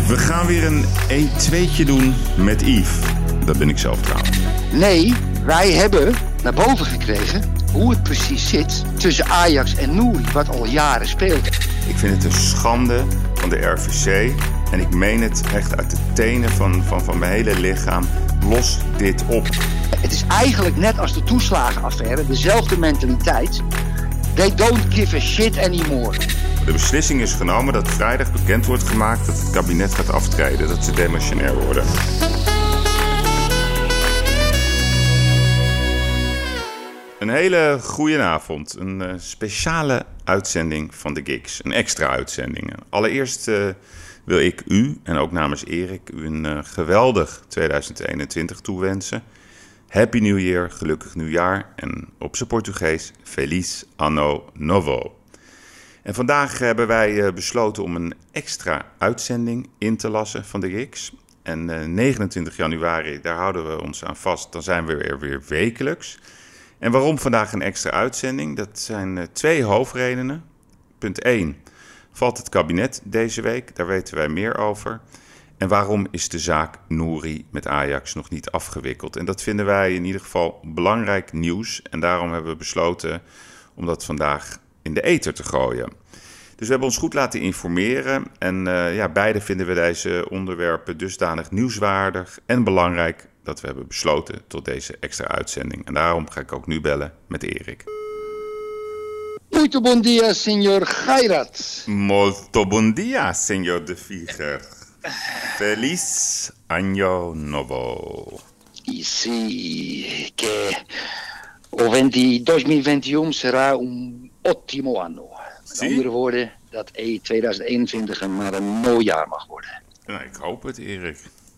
We gaan weer een 1-2'tje doen met Yves. Dat ben ik zelf trouwens. Nee, wij hebben naar boven gekregen hoe het precies zit tussen Ajax en Nouri, wat al jaren speelt. Ik vind het een schande van de RVC. En ik meen het echt uit de tenen van mijn hele lichaam. Los dit op. Het is eigenlijk net als de toeslagenaffaire, dezelfde mentaliteit. They don't give a shit anymore. De beslissing is genomen dat vrijdag bekend wordt gemaakt dat het kabinet gaat aftreden. Dat ze demissionair worden. Een hele goede avond. Een speciale uitzending van de Gigs. Een extra uitzending. Allereerst wil ik u, en ook namens Erik, u een geweldig 2021 toewensen. Happy New Year, gelukkig nieuwjaar. En op zijn Portugees, Feliz Ano Novo. En vandaag hebben wij besloten om een extra uitzending in te lassen van de Gigs. En 29 januari, daar houden we ons aan vast. Dan zijn we weer wekelijks. En waarom vandaag een extra uitzending? Dat zijn 2 hoofdredenen. Punt 1. Valt het kabinet deze week? Daar weten wij meer over. En waarom is de zaak Nouri met Ajax nog niet afgewikkeld? En dat vinden wij in ieder geval belangrijk nieuws. En daarom hebben we besloten om dat vandaag in de ether te gooien. Dus we hebben ons goed laten informeren. En beide vinden we deze onderwerpen dusdanig nieuwswaardig en belangrijk dat we hebben besloten tot deze extra uitzending. En daarom ga ik ook nu bellen met Erik. Muito bom dia, senhor Gairat. Molto bon dia, senhor de Vlieger. Feliz Año Novo. Sí, que o 2021 será un ottimo anno. Met andere woorden, dat 2021 maar een mooi jaar mag worden. Nou, ik hoop het, Erik.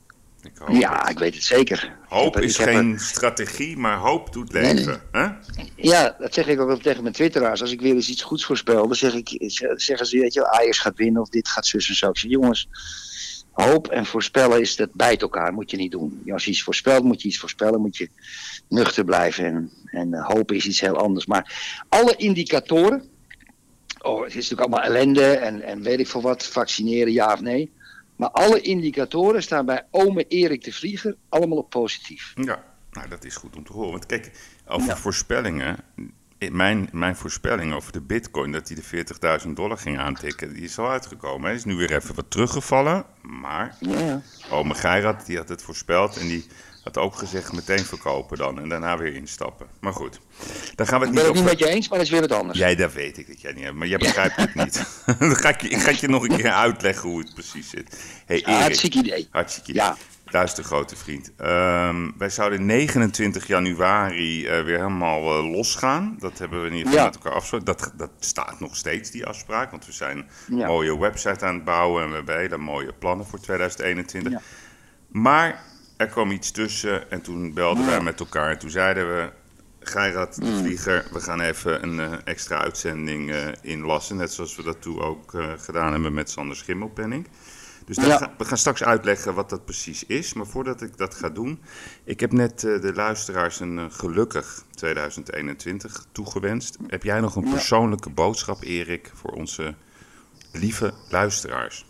Ik weet het zeker. Hoop is geen strategie, maar hoop doet leven. Nee. Huh? Ja, dat zeg ik ook wel tegen mijn twitteraars. Als ik weer eens iets goeds voorspel, dan zeggen ze, weet je, Ajax gaat winnen of dit gaat zus en zo. Ik zeg, jongens, hoop en voorspellen is dat bijt elkaar, moet je niet doen. Als je iets voorspelt, moet je iets voorspellen, moet je nuchter blijven. En hopen is iets heel anders. Maar alle indicatoren, het is natuurlijk allemaal ellende en weet ik veel wat, vaccineren ja of nee. Maar alle indicatoren staan bij ome Erik de Vlieger allemaal op positief. Ja, nou dat is goed om te horen. Want kijk, over voorspellingen. Mijn voorspelling over de bitcoin, dat die de $40.000 ging aantikken, die is al uitgekomen. Hij is nu weer even wat teruggevallen. Maar ome Geirat, die had het voorspeld en die had ook gezegd meteen verkopen dan en daarna weer instappen. Maar goed, daar gaan we het niet over. Ik ben het niet met je eens, maar dat is weer wat anders. Ja, dat weet ik dat jij niet hebt, maar jij begrijpt het niet. Ik ga je nog een keer uitleggen hoe het precies zit. Hey, Erik, hartstikke idee. Ja. Luister, grote vriend. Wij zouden 29 januari weer helemaal losgaan. Dat hebben we in ieder geval met elkaar afgesproken. Dat staat nog steeds, die afspraak. Want we zijn een mooie website aan het bouwen en we hebben hele mooie plannen voor 2021. Ja. Maar er kwam iets tussen en toen belden wij met elkaar. En toen zeiden we, Geirat de Vlieger, we gaan even een extra uitzending inlassen. Net zoals we dat toen ook gedaan hebben met Sander Schimmelpenninck. Dus we gaan straks uitleggen wat dat precies is. Maar voordat ik dat ga doen, ik heb net de luisteraars een gelukkig 2021 toegewenst. Heb jij nog een persoonlijke boodschap, Erik, voor onze lieve luisteraars?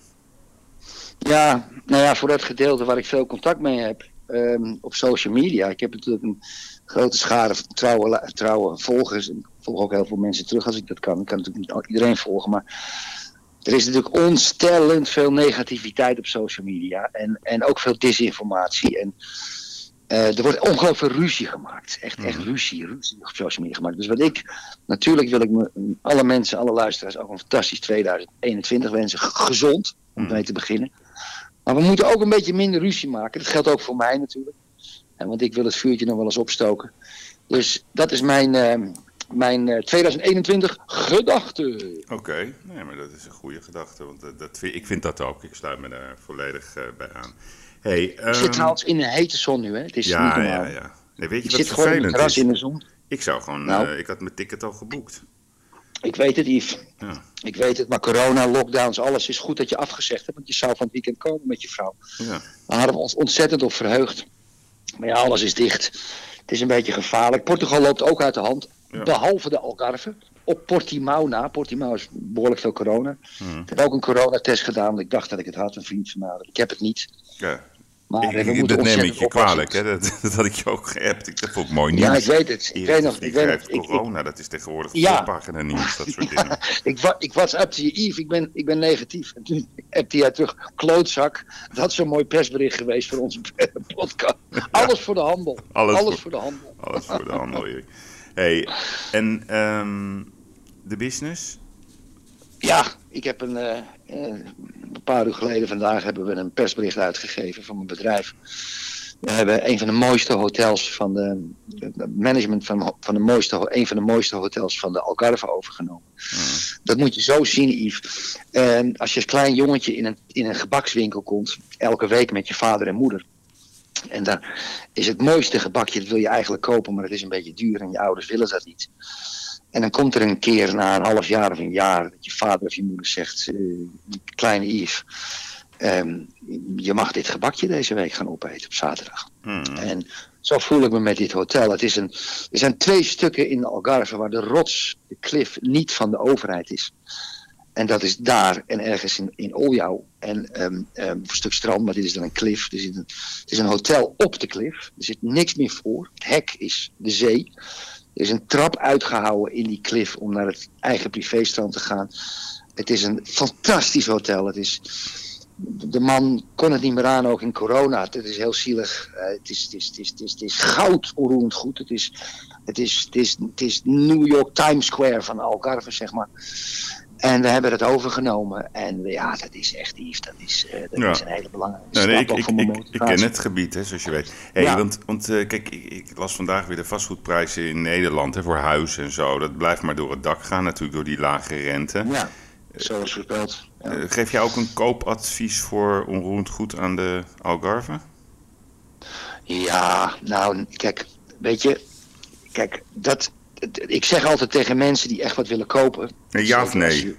Ja, nou ja, voor dat gedeelte waar ik veel contact mee heb op social media. Ik heb natuurlijk een grote schare trouwe volgers. Ik volg ook heel veel mensen terug als ik dat kan. Ik kan natuurlijk niet iedereen volgen, maar er is natuurlijk ontstellend veel negativiteit op social media. En ook veel disinformatie. En er wordt ongelooflijk veel ruzie gemaakt. Echt ruzie op social media gemaakt. Dus natuurlijk wil ik alle mensen, alle luisteraars ook een fantastisch 2021 wensen. Gezond, om mee te beginnen. Maar we moeten ook een beetje minder ruzie maken. Dat geldt ook voor mij natuurlijk. Want ik wil het vuurtje nog wel eens opstoken. Dus dat is mijn 2021 gedachte. Oké, nee, maar dat is een goede gedachte. Want ik vind dat ook. Ik sluit me daar volledig bij aan. Hey, ik zit trouwens in een hete zon nu, hè? Het is niet normaal. Ja. Nee, weet je ik wat zit gewoon in het terras in de zon. Ik zou gewoon, ik had mijn ticket al geboekt. Ik weet het, Yves. Ja. Ik weet het, maar corona, lockdowns, alles is goed dat je afgezegd hebt. Want je zou van het weekend komen met je vrouw. Ja. Daar hadden we ons ontzettend op verheugd. Maar alles is dicht. Het is een beetje gevaarlijk. Portugal loopt ook uit de hand. Ja. Behalve de Algarve. op Portimao na. Portimao is behoorlijk veel corona. Ik heb ook een coronatest gedaan, want ik dacht dat ik het had. Een vriend van mij, ik heb het niet. Ja. Maar Dat neem ik je kwalijk, hè? Dat had ik je ook geappt. Ik dacht ook mooi nieuws. Ja, ik weet het. Ik weet nog. Corona, dat is tegenwoordig voorpagina nieuws, dat soort dingen. Ik WhatsAppte je, Yves, ik ben negatief. En toen appte jij terug, klootzak. Dat is een mooi persbericht geweest voor onze podcast. Ja. Alles voor de handel. Alles voor de handel. Alles voor de handel, Erik. Hey, en de business? Ja, ik heb een paar uur geleden vandaag hebben we een persbericht uitgegeven van mijn bedrijf. We hebben een van de mooiste hotels van de management van een van de mooiste hotels van de Algarve overgenomen. Dat moet je zo zien, Yves. Als je als klein jongetje in een gebakswinkel komt, elke week met je vader en moeder. En daar is het mooiste gebakje, dat wil je eigenlijk kopen, maar het is een beetje duur en je ouders willen dat niet. En dan komt er een keer na een half jaar of een jaar dat je vader of je moeder zegt, kleine Yves, je mag dit gebakje deze week gaan opeten op zaterdag. En zo voel ik me met dit hotel. Er zijn 2 stukken in de Algarve waar de rots, de klif, niet van de overheid is. En dat is daar en ergens in Oljau. En een stuk strand, maar dit is dan een klif. Het is een hotel op de klif. Er zit niks meer voor. Het hek is de zee. Er is een trap uitgehouden in die klif om naar het eigen privéstrand te gaan. Het is een fantastisch hotel. De man kon het niet meer aan, ook in corona. Het is heel zielig. Het is goud onroerend goed. Het is New York Times Square van Algarve, zeg maar. En we hebben het overgenomen. En ja, dat is echt Yves. Dat is een hele belangrijke stap voor mijn motivatie. Ik ken het gebied, hè, zoals je weet. Hey, ja. Want kijk, ik las vandaag weer de vastgoedprijzen in Nederland, hè, voor huizen en zo. Dat blijft maar door het dak gaan, natuurlijk door die lage rente. Ja, zoals voorspeld. Ja. Geef jij ook een koopadvies voor onroerend goed aan de Algarve? Ja, nou, kijk, weet je, ik zeg altijd tegen mensen die echt wat willen kopen. Ja of nee?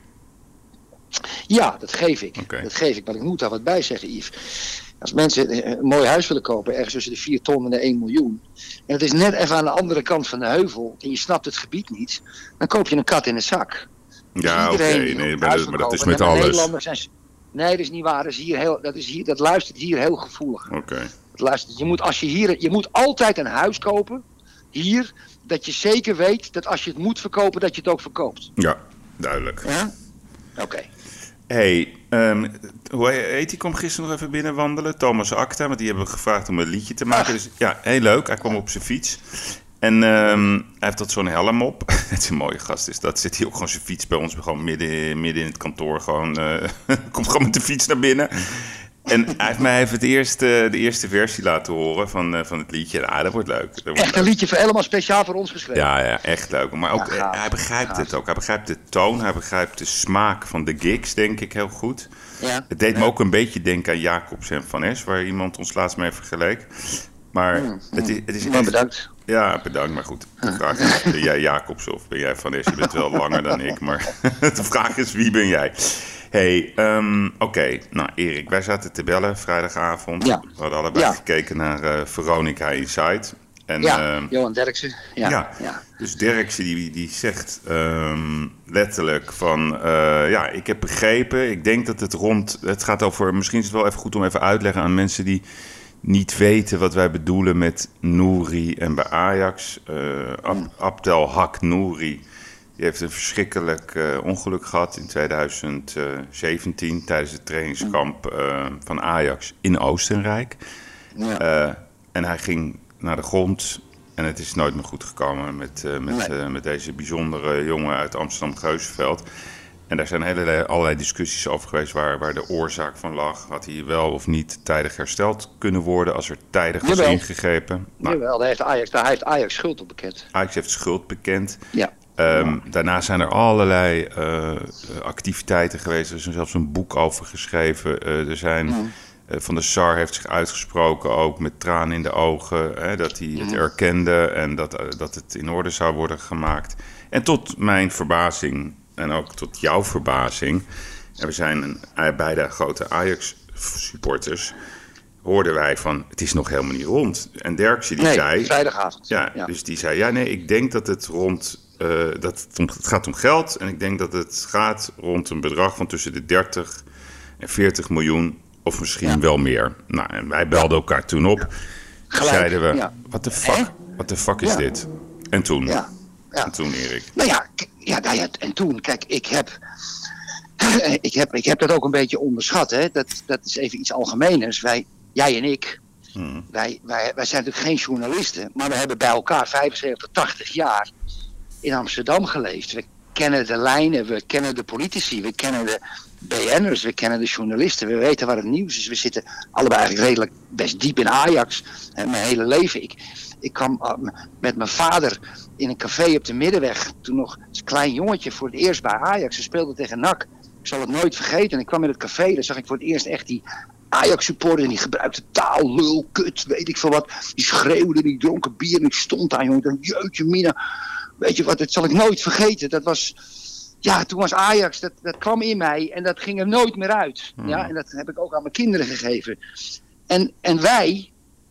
Ja, dat geef ik. Okay. Dat geef ik, maar ik moet daar wat bij zeggen, Yves. Als mensen een mooi huis willen kopen, ergens tussen de 4 ton en de 1 miljoen. En het is net even aan de andere kant van de heuvel. En je snapt het gebied niet. Dan koop je een kat in een zak. Ja, oké. Nee, maar dat is met alles. Nee, dat is niet waar. Dat luistert hier heel gevoelig. Oké. Je moet altijd een huis kopen. Hier, dat je zeker weet dat als je het moet verkopen, dat je het ook verkoopt. Ja, duidelijk. Ja? Oké. Hey, hoe heet die? Kwam gisteren nog even binnen wandelen. Thomas Acta, want die hebben we gevraagd om een liedje te maken. Dus ja, heel leuk. Hij kwam op zijn fiets. En hij heeft dat zo'n helm op. Het is een mooie gast. Dus dat zit hij ook gewoon zijn fiets bij ons. Gewoon midden in het kantoor. Komt gewoon met de fiets naar binnen. En hij heeft mij even de eerste versie laten horen van het liedje. En dat wordt leuk. Echt een liedje helemaal speciaal voor ons geschreven. Ja, echt leuk. Maar ook, hij begrijpt het ook. Hij begrijpt de toon. Hij begrijpt de smaak van de gigs, denk ik, heel goed. Ja. Het deed me ook een beetje denken aan Jacobs en Van Es, waar iemand ons laatst mee vergeleek. Maar het is echt... Bedankt. Ja, bedankt. Maar goed, de vraag is, ben jij Jacobs of ben jij Van Es? Je bent wel langer dan ik, maar de vraag is, wie ben jij? Hey, oké. Nou, Erik, wij zaten te bellen vrijdagavond. Ja. We hadden allebei gekeken naar Veronica Inside. En, Johan Derksen. Ja. Dus Derksen die zegt letterlijk van... ik heb begrepen, ik denk dat het gaat over... Misschien is het wel even goed om even uit te leggen aan mensen die niet weten wat wij bedoelen met Nouri en bij Ajax. Abdel Hak Nouri... Die heeft een verschrikkelijk ongeluk gehad in 2017 tijdens het trainingskamp van Ajax in Oostenrijk. Ja. En hij ging naar de grond en het is nooit meer goed gekomen met deze bijzondere jongen uit Amsterdam-Geuzenveld. En daar zijn allerlei discussies over geweest waar de oorzaak van lag. Had hij wel of niet tijdig hersteld kunnen worden als er tijdig was ingegrepen? Jawel, daar heeft Ajax schuld op bekend. Ajax heeft schuld bekend. Ja. Daarna zijn er allerlei activiteiten geweest. Er is zelfs een boek over geschreven. Van der Sar heeft zich uitgesproken, ook met tranen in de ogen. Dat hij het erkende en dat het in orde zou worden gemaakt. En tot mijn verbazing en ook tot jouw verbazing... en we zijn beide grote Ajax-supporters... hoorden wij van, het is nog helemaal niet rond. En Derksen die zei... vrijdagavond. Ja, dus die zei, ik denk dat het rond het gaat om geld. En ik denk dat het gaat rond een bedrag van tussen de 30 en 40 miljoen. Of misschien wel meer. Nou, en wij belden elkaar toen op. Gelijk, zeiden we, ja. What the fuck is dit? En toen? Ja. En toen, Erik? Nou ja, en toen, kijk, ik heb dat ook een beetje onderschat. Hè? Dat is even iets algemeners. Jij en ik, wij zijn natuurlijk geen journalisten, maar we hebben bij elkaar 75, 80 jaar in Amsterdam geleefd. We kennen de lijnen, we kennen de politici, we kennen de BN'ers, we kennen de journalisten, we weten waar het nieuws is. We zitten allebei eigenlijk redelijk best diep in Ajax. Mijn hele leven. Ik kwam met mijn vader in een café op de Middenweg, toen nog als klein jongetje, voor het eerst bij Ajax. Ze speelden tegen NAC. Ik zal het nooit vergeten. En ik kwam in het café, daar zag ik voor het eerst echt die Ajax-supporter. En die gebruikte taal, lul, kut, weet ik veel wat. Die schreeuwde, die dronken bier. En ik stond daar, jongen. Dan, jeetje mina. Weet je wat, dat zal ik nooit vergeten. Dat was, ja, toen was Ajax, dat kwam in mij. En dat ging er nooit meer uit. Ja, en dat heb ik ook aan mijn kinderen gegeven. En wij...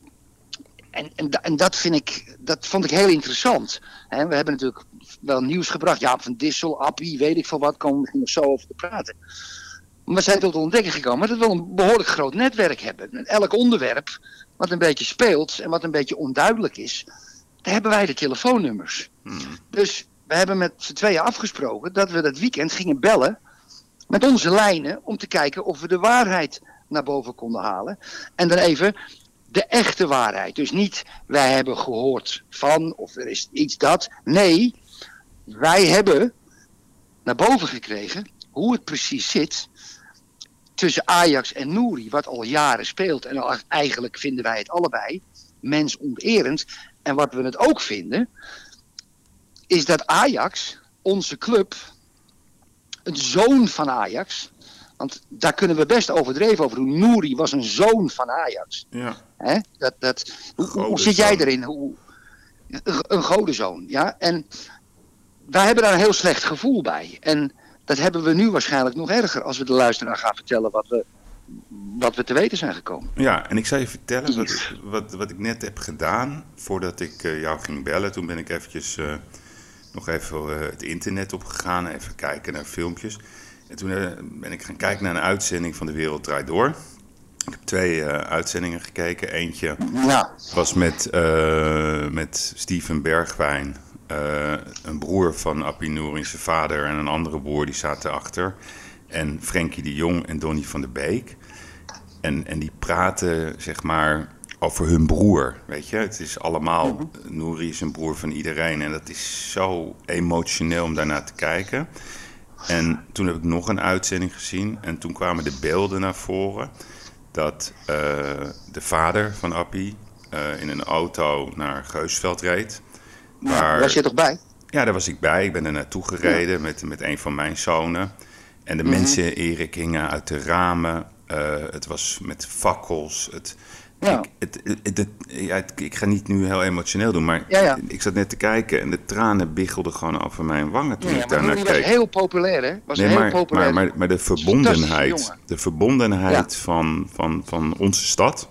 En dat vond ik heel interessant. We hebben natuurlijk wel nieuws gebracht. Jaap van Dissel, Appie, weet ik veel wat. Komen we zo over te praten. Maar we zijn tot de ontdekking gekomen dat we wel een behoorlijk groot netwerk hebben. En elk onderwerp wat een beetje speelt en wat een beetje onduidelijk is, daar hebben wij de telefoonnummers. Dus we hebben met z'n tweeën afgesproken dat we dat weekend gingen bellen met onze lijnen om te kijken of we de waarheid naar boven konden halen. En dan even de echte waarheid. Dus niet wij hebben gehoord van of er is iets dat. Nee, wij hebben naar boven gekregen hoe het precies zit tussen Ajax en Nouri, wat al jaren speelt. En eigenlijk vinden wij het allebei mensonterend. En wat we het ook vinden, is dat Ajax, onze club, een zoon van Ajax, want daar kunnen we best overdreven over doen. Nouri was een zoon van Ajax. Ja. Hè? Hoe zit jij erin? Een godenzoon, ja. En wij hebben daar een heel slecht gevoel bij. En dat hebben we nu waarschijnlijk nog erger als we de luisteraar gaan vertellen wat we te weten zijn gekomen. Ja, en ik zal je vertellen wat ik net heb gedaan voordat ik jou ging bellen. Toen ben ik eventjes nog even het internet opgegaan, even kijken naar filmpjes. En toen ben ik gaan kijken naar een uitzending van De Wereld Draait Door. Ik heb 2 uitzendingen gekeken. Eentje was met Steven Bergwijn, een broer van Appie Nouri, zijn vader, en een andere broer, die zaten achter. En Frenkie de Jong en Donny van der Beek. En die praten, zeg maar, over hun broer, weet je. Het is allemaal, Nouri is een broer van iedereen. En dat is zo emotioneel om daarnaar te kijken. En toen heb ik nog een uitzending gezien. En toen kwamen de beelden naar voren dat de vader van Appie in een auto naar Geusveld reed. Daar was je toch bij? Ja, daar was ik bij. Ik ben er naartoe gereden met een van mijn zonen. En de mensen, Erik, hingen uit de ramen. Het was met fakkels. Ik ga niet nu heel emotioneel doen, maar ik zat net te kijken en de tranen biggelden gewoon over mijn wangen toen ik daarnaar keek. Was heel populair, hè? Maar de verbondenheid van onze stad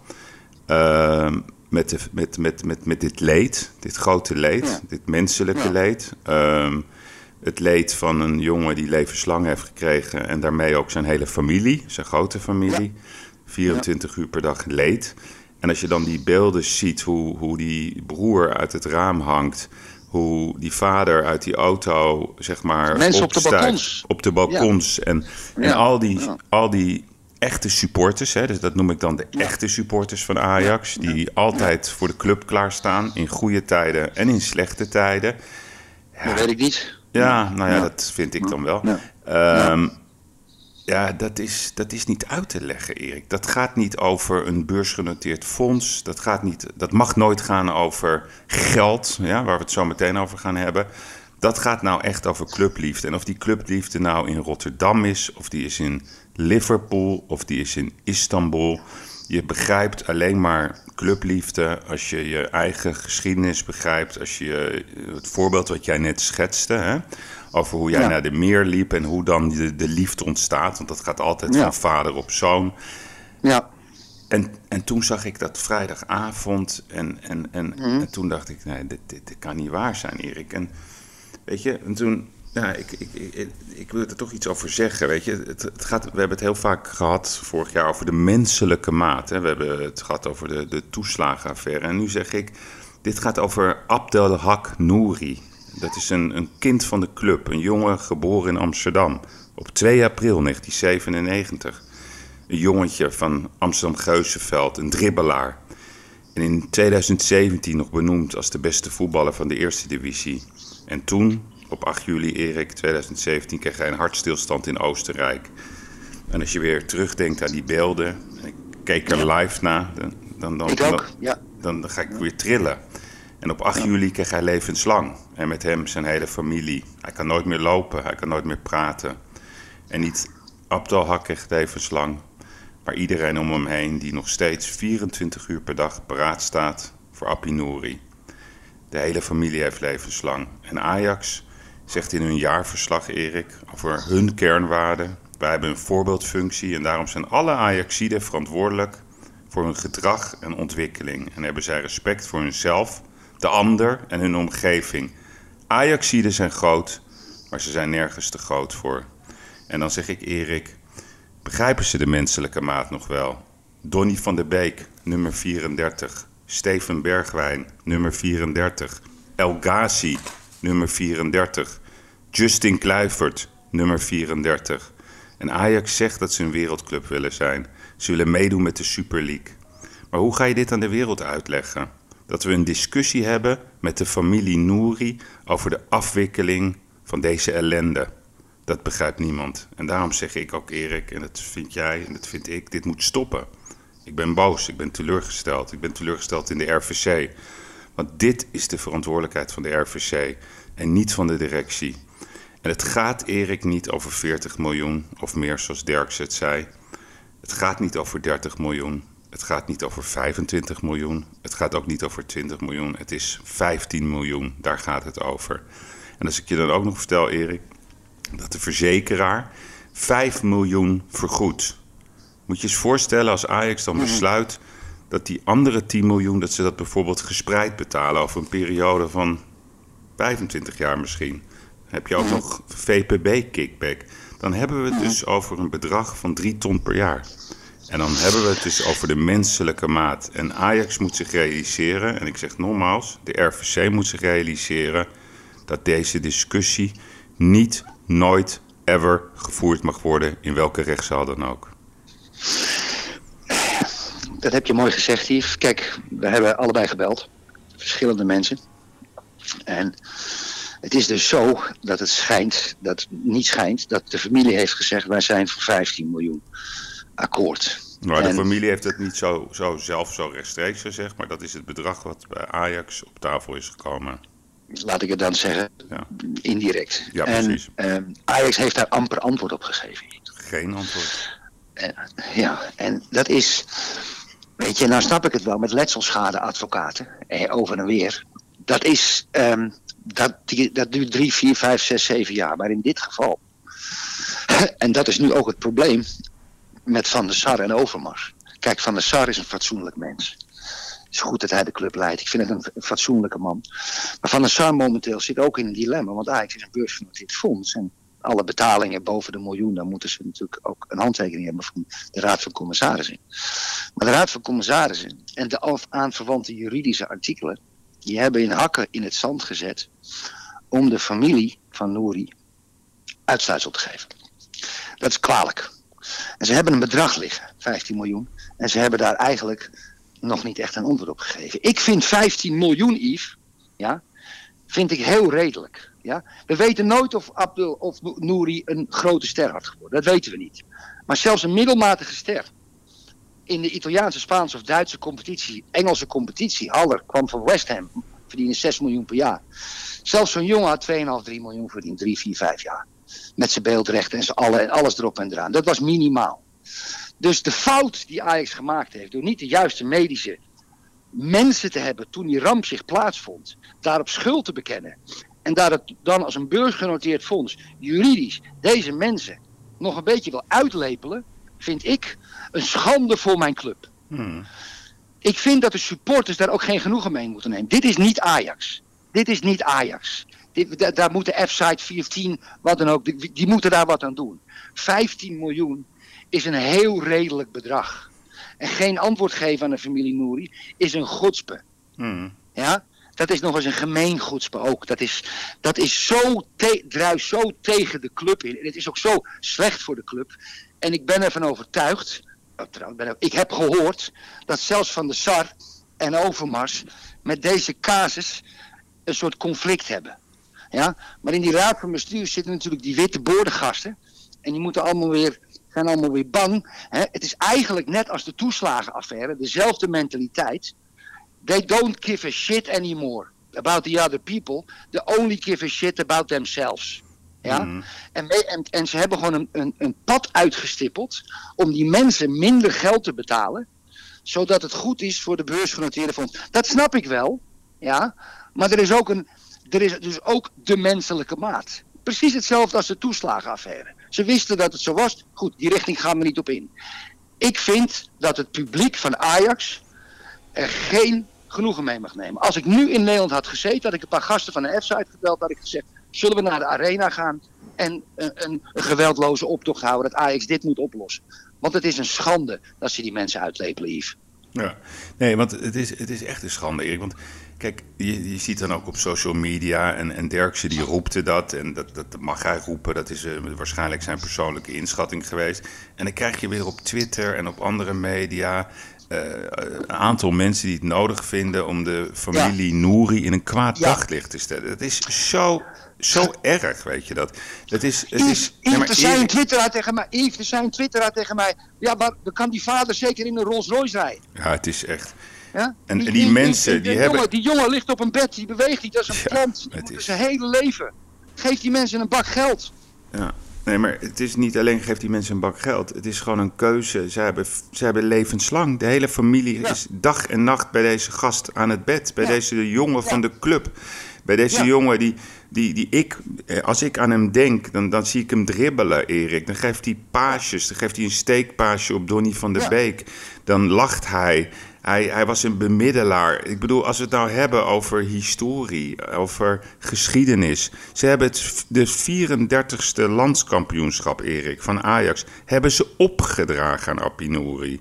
met dit leed, dit grote leed, dit menselijke leed. Het leed van een jongen die levenslang heeft gekregen en daarmee ook zijn hele familie, zijn grote familie, 24 uur per dag leed. En als je dan die beelden ziet, hoe die broer uit het raam hangt, hoe die vader uit die auto, zeg maar, mensen opstijgt, op de balkons. En al die echte supporters, hè, dus dat noem ik dan de echte supporters van Ajax, die altijd voor de club klaarstaan in goede tijden en in slechte tijden. Ja, dat weet ik niet. Ja, nou ja, dat vind ik dan wel. Ja, dat is niet uit te leggen, Erik. Dat gaat niet over een beursgenoteerd fonds. Dat mag nooit gaan over geld, ja, waar we het zo meteen over gaan hebben. Dat gaat nou echt over clubliefde. En of die clubliefde nou in Rotterdam is, of die is in Liverpool, of die is in Istanbul. Je begrijpt alleen maar clubliefde als je je eigen geschiedenis begrijpt. Als je het voorbeeld wat jij net schetste, hè, over hoe jij naar de meer liep en hoe dan de liefde ontstaat. Want dat gaat altijd van vader op zoon. Ja. En toen zag ik dat vrijdagavond en toen dacht ik, nee, dit kan niet waar zijn, Erik. En Weet je, en toen... Ja, ik wil er toch iets over zeggen, weet je. We hebben het heel vaak gehad vorig jaar over de menselijke maat. Hè. We hebben het gehad over de toeslagenaffaire. En nu zeg ik, dit gaat over Abdelhak Nouri. Dat is een kind van de club, een jongen geboren in Amsterdam. Op 2 april 1997. Een jongetje van Amsterdam-Geuzenveld, een dribbelaar. En in 2017 nog benoemd als de beste voetballer van de eerste divisie. En toen... Op 8 juli, Erik, 2017 kreeg hij een hartstilstand in Oostenrijk. En als je weer terugdenkt aan die beelden... En ik keek er live naar... Dan ga ik weer trillen. En op 8 juli kreeg hij levenslang. En met hem zijn hele familie. Hij kan nooit meer lopen, hij kan nooit meer praten. En niet Abdelhak kreeg levenslang... maar iedereen om hem heen die nog steeds 24 uur per dag paraat staat voor Appie Nouri. De hele familie heeft levenslang. En Ajax... zegt in hun jaarverslag, Erik, over hun kernwaarden. Wij hebben een voorbeeldfunctie en daarom zijn alle Ajaxiden verantwoordelijk voor hun gedrag en ontwikkeling. En hebben zij respect voor hunzelf, de ander en hun omgeving. Ajaxiden zijn groot, maar ze zijn nergens te groot voor. En dan zeg ik, Erik, begrijpen ze de menselijke maat nog wel? Donny van der Beek, nummer 34. Steven Bergwijn, nummer 34. El Ghazi, nummer 34. Justin Kluivert, nummer 34. En Ajax zegt dat ze een wereldclub willen zijn. Ze willen meedoen met de Super League. Maar hoe ga je dit aan de wereld uitleggen? Dat we een discussie hebben met de familie Nouri over de afwikkeling van deze ellende. Dat begrijpt niemand. En daarom zeg ik ook, Erik, en dat vind jij en dat vind ik, dit moet stoppen. Ik ben boos, ik ben teleurgesteld. Ik ben teleurgesteld in de RVC. Want dit is de verantwoordelijkheid van de RVC en niet van de directie. En het gaat, Erik, niet over 40 miljoen of meer, zoals Derks het zei. Het gaat niet over 30 miljoen. Het gaat niet over 25 miljoen. Het gaat ook niet over 20 miljoen. Het is 15 miljoen, daar gaat het over. En als ik je dan ook nog vertel, Erik, dat de verzekeraar 5 miljoen vergoedt. Moet je eens voorstellen als Ajax dan besluit dat die andere 10 miljoen, dat ze dat bijvoorbeeld gespreid betalen over een periode van 25 jaar misschien. Dan heb je ook nog VPB-kickback. Dan hebben we het dus over een bedrag van 3 ton per jaar. En dan hebben we het dus over de menselijke maat. En Ajax moet zich realiseren, en ik zeg nogmaals, de RVC moet zich realiseren dat deze discussie niet, nooit, ever gevoerd mag worden in welke rechtszaal dan ook. Dat heb je mooi gezegd, Yves. Kijk, we hebben allebei gebeld. Verschillende mensen. En het is dus zo dat het schijnt, dat de familie heeft gezegd, wij zijn voor 15 miljoen akkoord. Nou, de familie heeft het niet zelf zo rechtstreeks gezegd, maar dat is het bedrag wat bij Ajax op tafel is gekomen. Laat ik het dan zeggen, indirect. Ja, precies. En Ajax heeft daar amper antwoord op gegeven. Geen antwoord. En dat is, weet je, nou snap ik het wel, met letselschadeadvocaten, over en weer. Dat is, dat duurt 3, 4, 5, 6, 7 jaar. Maar in dit geval, en dat is nu ook het probleem met Van der Sar en Overmars. Kijk, Van der Sar is een fatsoenlijk mens. Het is goed dat hij de club leidt. Ik vind het een fatsoenlijke man. Maar Van der Sar momenteel zit ook in een dilemma. Want Ajax is een beursgenoteerd fonds. En alle betalingen boven de miljoen, dan moeten ze natuurlijk ook een handtekening hebben van de Raad van Commissarissen. Maar de Raad van Commissarissen en de aanverwante juridische artikelen, die hebben in hakken in het zand gezet om de familie van Nouri uitsluitsel te geven. Dat is kwalijk. En ze hebben een bedrag liggen, 15 miljoen. En ze hebben daar eigenlijk nog niet echt een antwoord op gegeven. Ik vind 15 miljoen, Yves, vind ik heel redelijk. Ja? We weten nooit of Abdel of Nouri een grote ster had geworden. Dat weten we niet. Maar zelfs een middelmatige ster in de Italiaanse, Spaanse of Duitse competitie, Engelse competitie, Haller kwam van West Ham, verdiende 6 miljoen per jaar. Zelfs zo'n jongen had 2,5, 3 miljoen verdiend, 3, 4, 5 jaar. Met zijn beeldrechten en alles erop en eraan. Dat was minimaal. Dus de fout die Ajax gemaakt heeft, door niet de juiste medische mensen te hebben toen die ramp zich plaatsvond, daarop schuld te bekennen en daar het dan als een beursgenoteerd fonds juridisch deze mensen nog een beetje wil uitlepelen, vind ik een schande voor mijn club. Ik vind dat de supporters daar ook geen genoegen mee moeten nemen. Dit is niet Ajax. Dit is niet Ajax. Daar moet de F-site 14, wat dan ook, die moeten daar wat aan doen. 15 miljoen is een heel redelijk bedrag. En geen antwoord geven aan de familie Nouri is een godspe. Ja? Dat is nog eens een gemeen godspe ook. Dat is druist zo tegen de club in. En het is ook zo slecht voor de club. En ik ben ervan overtuigd, ik heb gehoord, dat zelfs Van der Sar en Overmars met deze casus een soort conflict hebben. Ja? Maar in die raad van bestuur zitten natuurlijk die witte boordengasten. En die moeten zijn allemaal weer bang. Hè? Het is eigenlijk net als de toeslagenaffaire, dezelfde mentaliteit. They don't give a shit anymore about the other people. They only give a shit about themselves. Ja? En ze hebben gewoon een pad uitgestippeld om die mensen minder geld te betalen, zodat het goed is voor de beursgenoteerde fonds. Dat snap ik wel, ja. Maar er is dus ook de menselijke maat. Precies hetzelfde als de toeslagenaffaire. Ze wisten dat het zo was. Goed, die richting gaan we niet op in. Ik vind dat het publiek van Ajax er geen genoegen mee mag nemen. Als ik nu in Nederland had gezeten, had ik een paar gasten van de F-site gebeld, had ik gezegd, zullen we naar de arena gaan en een geweldloze optocht houden dat Ajax dit moet oplossen. Want het is een schande dat ze die mensen uitlepelen, Yves. Ja, nee, want het is echt een schande, Erik. Want kijk, je ziet dan ook op social media en Derksen die roepte dat. En dat mag hij roepen, dat is waarschijnlijk zijn persoonlijke inschatting geweest. En dan krijg je weer op Twitter en op andere media een aantal mensen die het nodig vinden om de familie Nouri in een kwaad daglicht te stellen. Dat is zo erg, weet je dat. Er zei een twitteraar tegen mij, ja, maar dan kan die vader zeker in een Rolls Royce rijden. Ja, het is echt. Ja? En die mensen, die jongen ligt op een bed, die beweegt niet, dat is een plant. Dat is zijn hele leven. Geef die mensen een bak geld. Ja. Nee, maar het is niet alleen geeft die mensen een bak geld. Het is gewoon een keuze. Ze hebben levenslang. De hele familie is dag en nacht bij deze gast aan het bed. Bij deze jongen van de club. Bij deze jongen die ik, als ik aan hem denk, dan zie ik hem dribbelen, Erik. Dan geeft hij paasjes. Dan geeft hij een steekpaasje op Donny van der Beek. Dan lacht hij. Hij was een bemiddelaar. Ik bedoel, als we het nou hebben over historie, over geschiedenis. Ze hebben de 34ste landskampioenschap, Erik, van Ajax, hebben ze opgedragen aan Appie Nouri.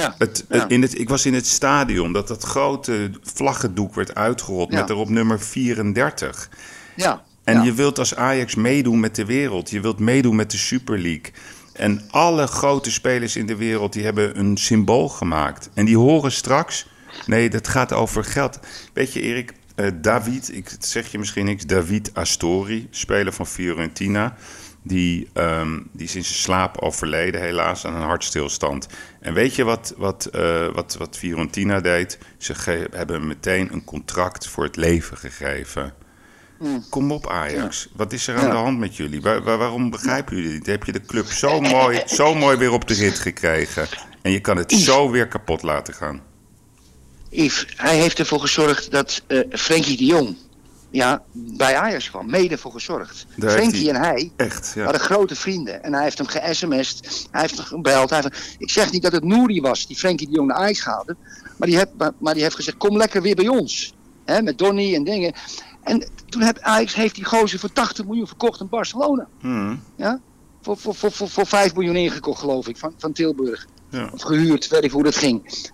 Ik was in het stadion dat grote vlaggendoek werd uitgerold met erop nummer 34. Ja. En je wilt als Ajax meedoen met de wereld. Je wilt meedoen met de Super League. En alle grote spelers in de wereld die hebben een symbool gemaakt. En die horen straks, nee, dat gaat over geld. Weet je, Erik, David, ik zeg je misschien niks, David Astori, speler van Fiorentina, die is in zijn slaap overleden helaas aan een hartstilstand. En weet je wat Fiorentina deed? Ze hebben meteen een contract voor het leven gegeven. Kom op, Ajax. Wat is er aan de hand met jullie? Waarom begrijpen jullie dit? Heb je de club zo mooi weer op de rit gekregen? En je kan het zo weer kapot laten gaan. Yves, hij heeft ervoor gezorgd dat Frenkie de Jong bij Ajax kwam. Mede voor gezorgd. Frenkie en hij waren grote vrienden. En hij heeft hem ge-sms'd. Hij heeft hem gebeld. Ik zeg niet dat het Nouri was die Frenkie de Jong naar Ajax haalde. Maar die heeft gezegd, kom lekker weer bij ons. Hè, met Donny en dingen. En toen heeft die gozer voor 80 miljoen verkocht in Barcelona. Ja? Voor 5 miljoen ingekocht, geloof ik, van Tilburg. Ja. Of gehuurd, weet ik hoe dat ging.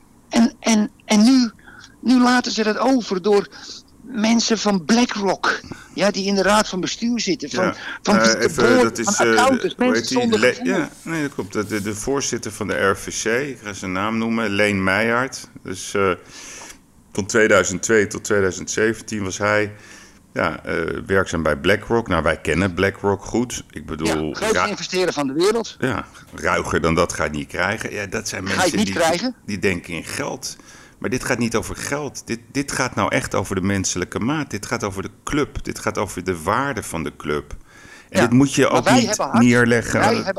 En nu laten ze dat over door mensen van BlackRock. Ja, die in de raad van bestuur zitten. Van accountants, mensen zonder gevoel. Nee, dat klopt. De voorzitter van de RVC, ik ga zijn naam noemen, Leen Meijaard. Dus van 2002 tot 2017 was hij werkzaam bij BlackRock. Nou, wij kennen BlackRock goed. Ik bedoel, grootste investeerder van de wereld. Ja, ruiger dan dat ga je niet krijgen. Ja, dat zijn mensen die denken in geld. Maar dit gaat niet over geld. Dit gaat nou echt over de menselijke maat. Dit gaat over de club. Dit gaat over de waarde van de club. En dit moet je ook niet neerleggen.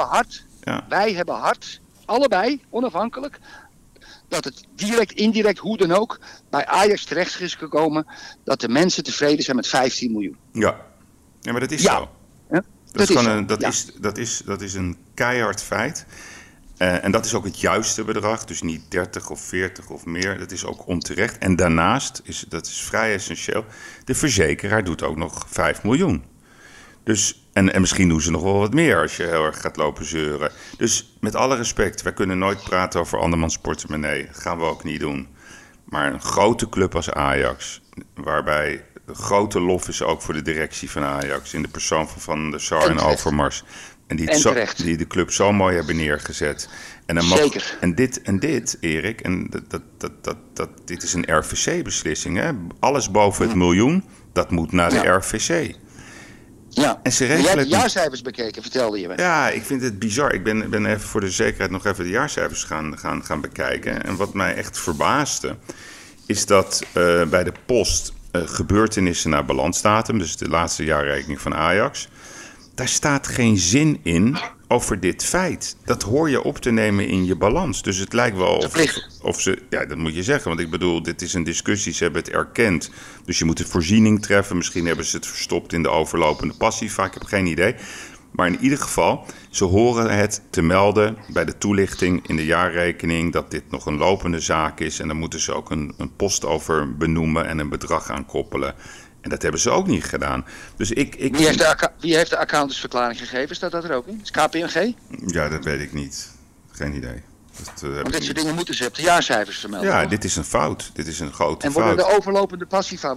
Wij hebben hard, allebei, onafhankelijk, dat het direct, indirect, hoe dan ook, bij Ajax terecht is gekomen dat de mensen tevreden zijn met 15 miljoen. Ja, maar dat is zo. Ja. Dat is een keihard feit. En dat is ook het juiste bedrag, dus niet 30 of 40 of meer. Dat is ook onterecht. En daarnaast, dat is vrij essentieel, de verzekeraar doet ook nog 5 miljoen. Dus, en misschien doen ze nog wel wat meer als je heel erg gaat lopen zeuren. Dus met alle respect, wij kunnen nooit praten over andermans portemonnee. Dat gaan we ook niet doen. Maar een grote club als Ajax, waarbij grote lof is ook voor de directie van Ajax, in de persoon van Van der Sar en Overmars. En die de club zo mooi hebben neergezet. En dan Zeker. En dit, Erik, en dit is een RVC-beslissing. Hè? Alles boven het miljoen, dat moet naar de RVC. Ja, en jij hebt de jaarcijfers bekeken, vertelde je me. Ja, ik vind het bizar. Ik ben even voor de zekerheid nog even de jaarcijfers gaan bekijken. En wat mij echt verbaasde, is dat bij de post gebeurtenissen naar balansdatum, dus de laatste jaarrekening van Ajax, daar staat geen zin in over dit feit. Dat hoor je op te nemen in je balans. Dus het lijkt wel of ze... Ja, dat moet je zeggen. Want ik bedoel, dit is een discussie. Ze hebben het erkend. Dus je moet een voorziening treffen. Misschien hebben ze het verstopt in de overlopende passiva. Ik heb geen idee. Maar in ieder geval, ze horen het te melden bij de toelichting in de jaarrekening dat dit nog een lopende zaak is. En dan moeten ze ook een post over benoemen en een bedrag aan koppelen. En dat hebben ze ook niet gedaan. Dus Wie heeft de accountantsverklaring gegeven? Staat dat er ook in? Is KPMG? Ja, dat weet ik niet. Geen idee. Want dit soort dingen moeten ze op de jaarcijfers vermelden. Ja, toch? dit is een fout. Dit is een grote fout. En worden de overlopende passiva,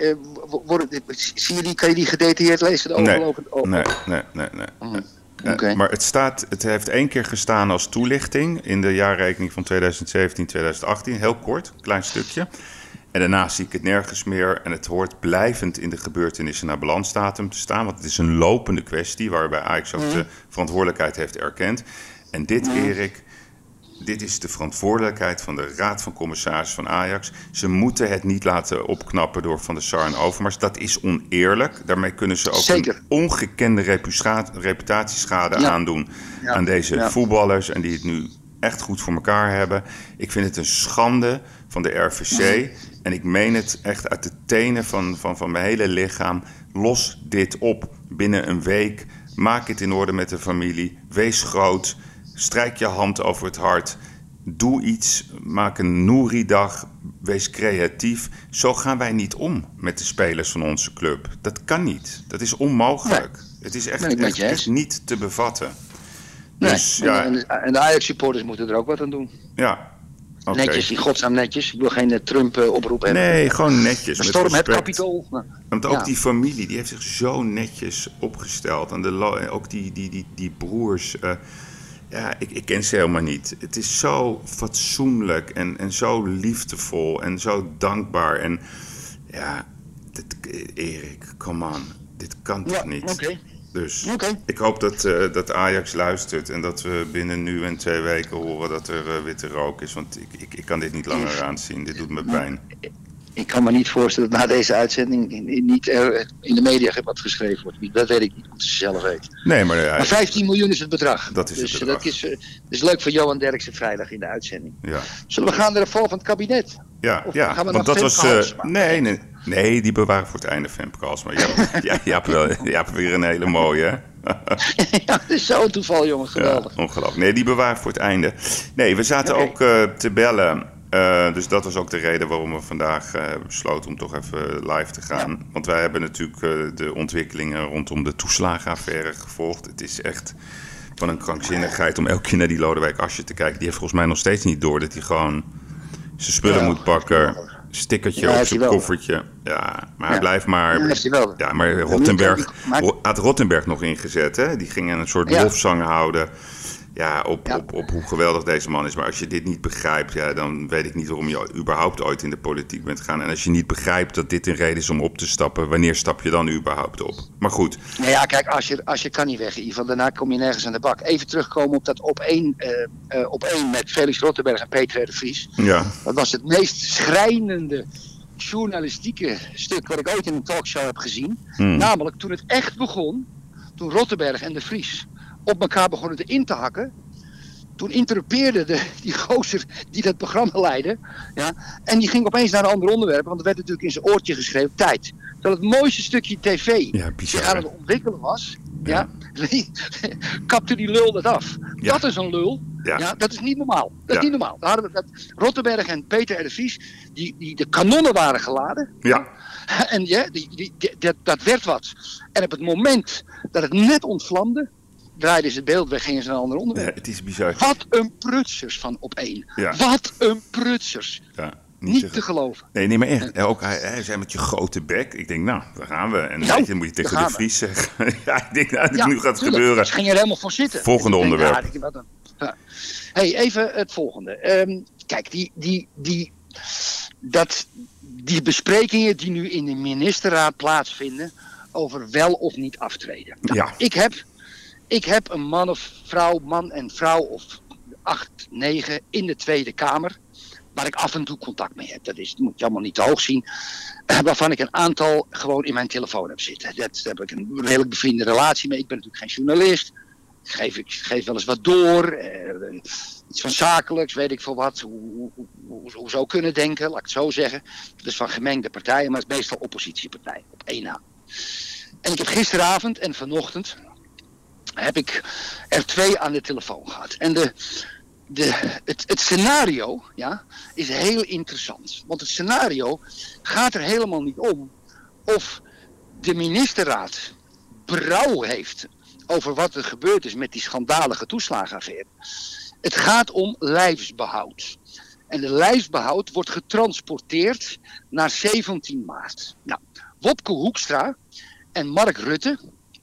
kan je die gedetailleerd lezen? De overlopende... Nee. Okay. Maar het heeft 1 keer gestaan als toelichting in de jaarrekening van 2017, 2018. Heel kort, klein stukje. En daarna zie ik het nergens meer. En het hoort blijvend in de gebeurtenissen naar balansdatum te staan. Want het is een lopende kwestie waarbij Ajax ook de verantwoordelijkheid heeft erkend. En dit, Erik, dit is de verantwoordelijkheid van de Raad van Commissarissen van Ajax. Ze moeten het niet laten opknappen door Van der Sar en Overmars. Dat is oneerlijk. Daarmee kunnen ze ook een ongekende reputatieschade aandoen aan deze voetballers. En die het nu echt goed voor elkaar hebben. Ik vind het een schande van de RVC. En ik meen het echt uit de tenen van mijn hele lichaam. Los dit op binnen een week. Maak het in orde met de familie. Wees groot. Strijk je hand over het hart. Doe iets. Maak een Nouri-dag. Wees creatief. Zo gaan wij niet om met de spelers van onze club. Dat kan niet. Dat is onmogelijk. Nee. Het is echt niet te bevatten. Nee. Dus, en de Ajax-supporters moeten er ook wat aan doen. Ja. Okay. Netjes, in godsnaam netjes. Ik wil geen Trump-oproep hebben. Nee, gewoon netjes. Storm het Capitool. Want ook die familie, die heeft zich zo netjes opgesteld. En ook die broers. Ik ken ze helemaal niet. Het is zo fatsoenlijk en zo liefdevol en zo dankbaar. En ja, Erik, come on. Dit kan toch niet? Okay. Dus ik hoop dat Ajax luistert en dat we binnen nu en 2 weken horen dat er witte rook is. Want ik kan dit niet langer aanzien. Dit doet me pijn. Ik kan me niet voorstellen dat na deze uitzending niet in de media wat geschreven wordt. Dat weet ik niet, omdat ze zelf weet. Nee, maar 15 miljoen is het bedrag. Dat is het bedrag. Dat is leuk voor Johan Derksen vrijdag in de uitzending. Ja. Zullen we gaan naar de val van het kabinet? Ja, gaan we want nog dat was... Nee, die bewaren voor het einde, Femke Halsema. Je hebt weer een hele mooie, hè? Ja, het is zo'n toeval, jongen. Geweldig. Ja, ongelooflijk. Nee, die bewaren voor het einde. Nee, we zaten ook te bellen. Dus dat was ook de reden waarom we vandaag besloten om toch even live te gaan. Ja. Want wij hebben natuurlijk de ontwikkelingen rondom de toeslagenaffaire gevolgd. Het is echt van een krankzinnigheid om elke keer naar die Lodewijk Asscher te kijken. Die heeft volgens mij nog steeds niet door dat hij gewoon zijn spullen moet pakken. Stickertje op zijn koffertje. Ja, maar hij blijft maar... Ja, maar had Rottenberg nog ingezet, hè? Die ging een soort lofzang houden. Ja, op hoe geweldig deze man is. Maar als je dit niet begrijpt, dan weet ik niet waarom je überhaupt ooit in de politiek bent gegaan. En als je niet begrijpt dat dit een reden is om op te stappen, wanneer stap je dan überhaupt op? Maar goed. Nou ja, kijk, als je kan niet weg, Ivan. Daarna kom je nergens aan de bak. Even terugkomen op dat op één met Felix Rottenberg en Peter R. de Vries. Ja. Dat was het meest schrijnende journalistieke stuk wat ik ooit in een talkshow heb gezien. Namelijk toen het echt begon, toen Rottenberg en de Vries op elkaar begonnen in te hakken. Toen interrupeerde die gozer die dat programma leidde. Ja, en die ging opeens naar een ander onderwerp. Want er werd natuurlijk in zijn oortje geschreven tijd. Terwijl het mooiste stukje tv die aan het ontwikkelen was. Ja, kapte die lul dat af. Ja. Dat is een lul. Ja, dat is niet normaal. Dat is niet normaal. Daar hadden we dat, Rottenberg en Peter R. de Vries, die de kanonnen waren geladen. Ja. En dat werd wat. En op het moment dat het net ontvlamde, draaiden ze het beeld weg, gingen ze naar een ander onderwerp. Ja, het is bizar. Wat een prutsers van Op1. Ja. Wat een prutsers. Ja. Niet te geloven. Nee, maar echt. Ook hij zei met je grote bek. Ik denk, nou, daar gaan we. En dan moet je tegen de Vries zeggen. Ja, ik denk, nu gaat het gebeuren. Ze gingen er helemaal voor zitten. Volgende onderwerp. Hey, even het volgende. Kijk, die besprekingen die nu in de ministerraad plaatsvinden over wel of niet aftreden. Nou, ja. Ik heb een man en vrouw of 8, 9 in de Tweede Kamer, waar ik af en toe contact mee heb. Dat moet je allemaal niet te hoog zien. Waarvan ik een aantal gewoon in mijn telefoon heb zitten. Daar heb ik een redelijk bevriende relatie mee. Ik ben natuurlijk geen journalist. Ik geef wel eens wat door. Iets van zakelijks, weet ik veel wat. Hoe zo kunnen denken, laat ik het zo zeggen. Dus van gemengde partijen, maar het is meestal oppositiepartijen. Op één na. En ik heb gisteravond en vanochtend heb ik er 2 aan de telefoon gehad. En het scenario is heel interessant. Want het scenario gaat er helemaal niet om of de ministerraad berouw heeft over wat er gebeurd is met die schandalige toeslagenaffaire. Het gaat om lijfsbehoud. En de lijfsbehoud wordt getransporteerd naar 17 maart. Nou, Wopke Hoekstra en Mark Rutte,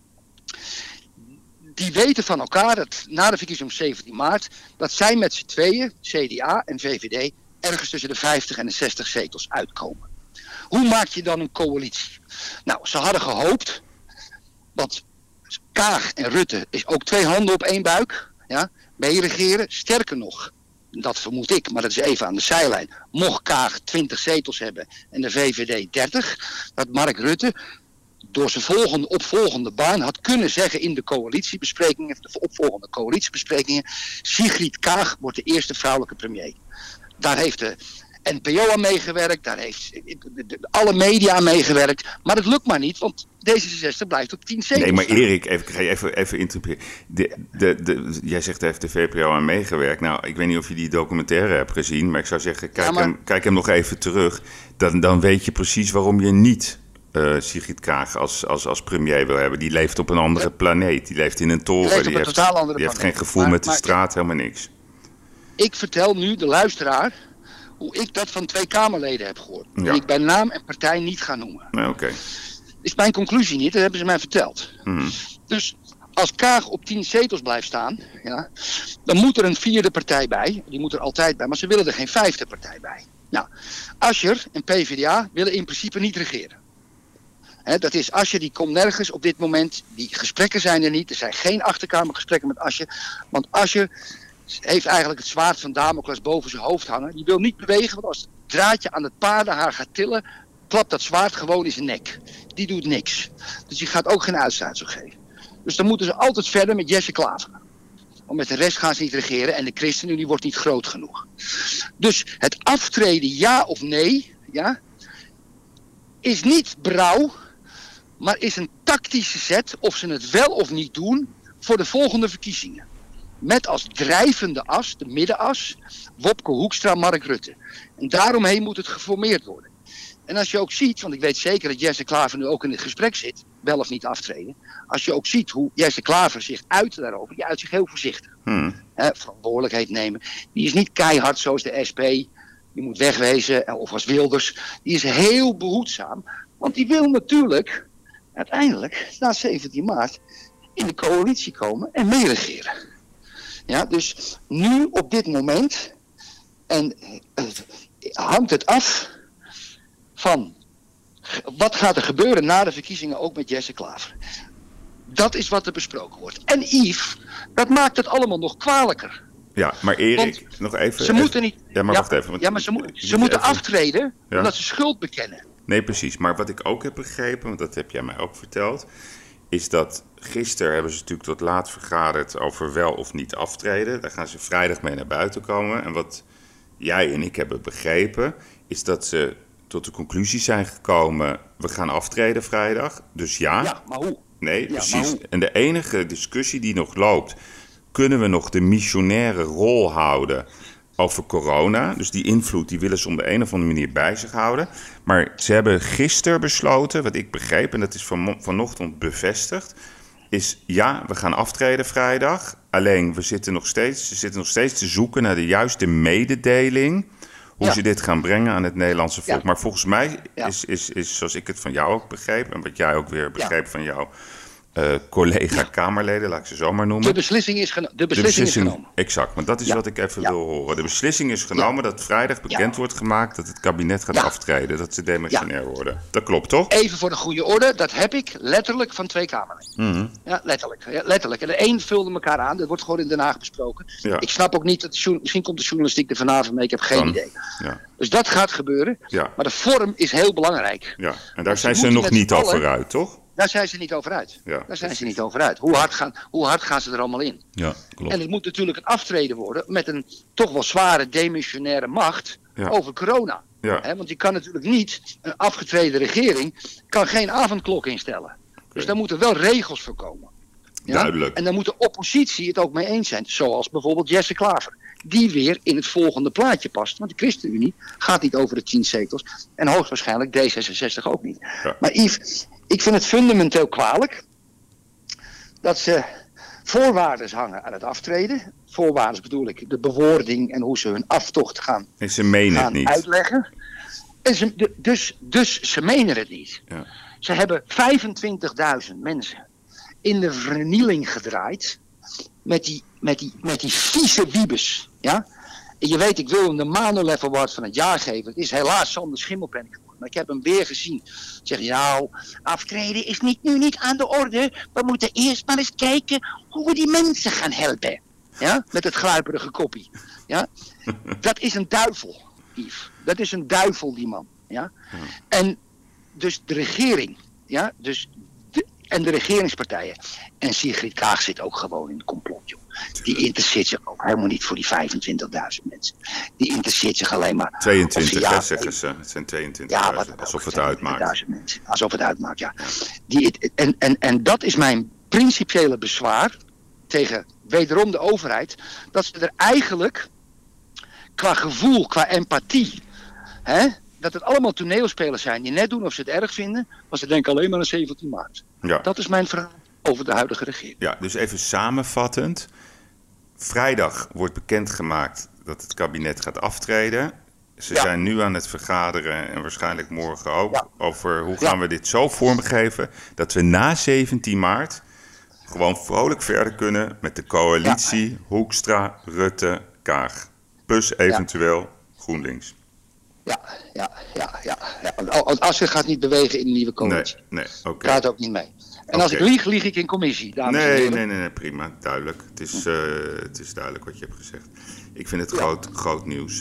die weten van elkaar dat na de verkiezing op 17 maart, dat zij met z'n tweeën, CDA en VVD, ergens tussen de 50 en de 60 zetels uitkomen. Hoe maak je dan een coalitie? Nou, ze hadden gehoopt, want Kaag en Rutte is ook 2 handen op 1 buik, meeregeren. Sterker nog, dat vermoed ik, maar dat is even aan de zijlijn, mocht Kaag 20 zetels hebben en de VVD 30, dat Mark Rutte door zijn opvolgende baan had kunnen zeggen in de coalitiebesprekingen, de opvolgende coalitiebesprekingen, Sigrid Kaag wordt de eerste vrouwelijke premier. Daar heeft de NPO aan meegewerkt, daar heeft alle media aan meegewerkt, maar het lukt maar niet, want D66 blijft op 10 zetels. Nee, maar Erik, even interpreteren. Jij zegt, daar heeft de VPRO aan meegewerkt. Nou, ik weet niet of je die documentaire hebt gezien, maar ik zou zeggen, kijk hem nog even terug. Dan weet je precies waarom je niet Sigrid Kaag als premier wil hebben. Die leeft op een andere planeet. Die leeft in een toren. Die heeft geen gevoel met de straat, helemaal niks. Ik vertel nu de luisteraar hoe ik dat van 2 Kamerleden heb gehoord. Die ik bij naam en partij niet ga noemen. Nee, oké. Is mijn conclusie niet, dat hebben ze mij verteld. Mm-hmm. Dus als Kaag op 10 zetels blijft staan, dan moet er een 4e partij bij. Die moet er altijd bij, maar ze willen er geen 5e partij bij. Nou, Asscher en PvdA willen in principe niet regeren. Dat is, Asscher die komt nergens op dit moment. Die gesprekken zijn er niet. Er zijn geen achterkamergesprekken met Asscher. Want Asscher heeft eigenlijk het zwaard van Damocles boven zijn hoofd hangen. Die wil niet bewegen, want als het draadje aan het paardenhaar gaat tillen, klapt dat zwaard gewoon in zijn nek. Die doet niks. Dus die gaat ook geen uitsluitsel geven. Dus dan moeten ze altijd verder met Jesse Klaver. Want met de rest gaan ze niet regeren en de ChristenUnie wordt niet groot genoeg. Dus het aftreden ja of nee, is niet brouw, maar is een tactische zet of ze het wel of niet doen voor de volgende verkiezingen. Met als drijvende as, de middenas, Wopke Hoekstra, Mark Rutte. En daaromheen moet het geformeerd worden. En als je ook ziet, want ik weet zeker dat Jesse Klaver nu ook in het gesprek zit, wel of niet aftreden. Als je ook ziet hoe Jesse Klaver zich uit daarover, die uit zich heel voorzichtig. Verantwoordelijkheid nemen. Die is niet keihard zoals de SP, die moet wegwezen, of als Wilders. Die is heel behoedzaam, want die wil natuurlijk uiteindelijk, na 17 maart, in de coalitie komen en meeregeren. Ja, dus nu op dit moment hangt het af van wat gaat er gebeuren na de verkiezingen ook met Jesse Klaver. Dat is wat er besproken wordt. En Yves, dat maakt het allemaal nog kwalijker. Ja, maar Erik, nog even. Ze moeten niet. Ja, maar wacht even. Ja, maar ze moeten aftreden omdat ze schuld bekennen. Nee, precies. Maar wat ik ook heb begrepen, want dat heb jij mij ook verteld, is dat gisteren hebben ze natuurlijk tot laat vergaderd over wel of niet aftreden. Daar gaan ze vrijdag mee naar buiten komen. En wat jij en ik hebben begrepen, is dat ze tot de conclusie zijn gekomen, we gaan aftreden vrijdag. Dus ja. Ja, maar hoe? Nee, ja, precies. En de enige discussie die nog loopt, kunnen we nog de missionaire rol houden over corona. Dus die invloed die willen ze op de een of andere manier bij zich houden. Maar ze hebben gisteren besloten, wat ik begreep, en dat is vanochtend bevestigd, is ja, we gaan aftreden vrijdag. Alleen ze zitten nog steeds te zoeken naar de juiste mededeling hoe ze dit gaan brengen aan het Nederlandse volk. Maar volgens mij is, zoals ik het van jou ook begreep, en wat jij ook weer begreep van jou, collega-Kamerleden, laat ik ze zo maar noemen. De beslissing is genomen. Exact, maar dat is wat ik even wil horen. De beslissing is genomen dat vrijdag bekend wordt gemaakt dat het kabinet gaat aftreden. Dat ze demissionair worden. Dat klopt, toch? Even voor de goede orde, dat heb ik letterlijk van 2 Kamerleden. Mm-hmm. Ja, letterlijk. En de een vulde elkaar aan, dat wordt gewoon in Den Haag besproken. Ja. Ik snap ook niet, misschien komt de journalistiek er vanavond mee, ik heb geen idee. Ja. Dus dat gaat gebeuren, maar de vorm is heel belangrijk. Ja, en daar zijn ze nog niet over uit, toch? Daar zijn ze niet over uit. Ja, daar zijn ze niet over uit. Hoe hard gaan ze er allemaal in? Ja, klopt. En het moet natuurlijk een aftreden worden met een toch wel zware demissionaire macht over corona. Ja. Want je kan natuurlijk niet, een afgetreden regering kan geen avondklok instellen. Okay. Dus daar moeten wel regels voor komen. Ja? Duidelijk. En daar moet de oppositie het ook mee eens zijn. Zoals bijvoorbeeld Jesse Klaver. Die weer in het volgende plaatje past. Want de ChristenUnie gaat niet over de 10 zetels. En hoogstwaarschijnlijk D66 ook niet. Ja. Maar Yves, ik vind het fundamenteel kwalijk dat ze voorwaarden hangen aan het aftreden. Voorwaarden bedoel ik de bewoording en hoe ze hun aftocht gaan uitleggen. En dus ze menen het niet. Ja. Ze hebben 25.000 mensen in de vernieling gedraaid met die vieze wiebes. Ja? En je weet, ik wil hem de Manolev Award van het jaar geven. Het is helaas Sander Schimmelpenninck geworden. Maar ik heb hem weer gezien. Zeg je, nou, aftreden is nu niet aan de orde. We moeten eerst maar eens kijken hoe we die mensen gaan helpen. Ja? Met het gluiperige koppie. Ja? Dat is een duivel, Yves. Dat is een duivel, die man. Ja? En dus de regering, ja, en de regeringspartijen. En Sigrid Kaag zit ook gewoon in het complot, joh. Die interesseert zich ook helemaal niet voor die 25.000 mensen. Die interesseert zich alleen maar... 22, zeggen ze. Het zijn 22.000, alsof het uitmaakt. Mensen, alsof het uitmaakt, ja. En dat is mijn principiële bezwaar tegen wederom de overheid. Dat ze er eigenlijk qua gevoel, qua empathie... dat het allemaal toneelspelers zijn die net doen of ze het erg vinden, maar ze denken alleen maar aan 17 maart. Ja. Dat is mijn verhaal over de huidige regering. Ja, dus even samenvattend. Vrijdag wordt bekendgemaakt dat het kabinet gaat aftreden. Ze zijn nu aan het vergaderen en waarschijnlijk morgen ook over hoe gaan we dit zo vormgeven dat we na 17 maart gewoon vrolijk verder kunnen met de coalitie Hoekstra, Rutte, Kaag. Plus eventueel GroenLinks. Ja. Asscher gaat niet bewegen in de nieuwe coalitie. Nee, oké. Gaat ook niet mee. En als ik lieg ik in commissie, dames en heren. Nee, prima. Duidelijk. Het is duidelijk wat je hebt gezegd. Ik vind het groot nieuws.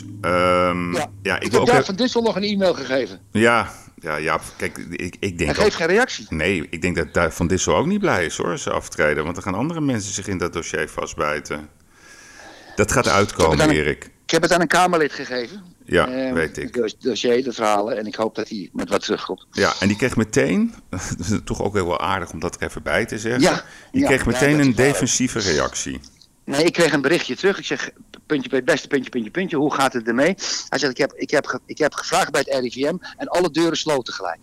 Ik heb daar Van Dissel nog een e-mail gegeven. Ja, kijk, ik denk hij geeft geen reactie. Nee, ik denk dat Van Dissel ook niet blij is, hoor, ze aftreden. Want er gaan andere mensen zich in dat dossier vastbijten. Dat gaat uitkomen, Erik. Ik heb het aan een Kamerlid gegeven. Ja, weet ik. Het dossier, de verhalen. En ik hoop dat hij met wat terugkomt. Ja, en die kreeg meteen, dat is toch ook heel wel aardig om dat er even bij te zeggen. Die kreeg meteen een defensieve reactie. Nee, ik kreeg een berichtje terug. Ik zeg, puntje, hoe gaat het ermee? Hij zegt, ik heb gevraagd bij het RIVM en alle deuren sloten gelijk.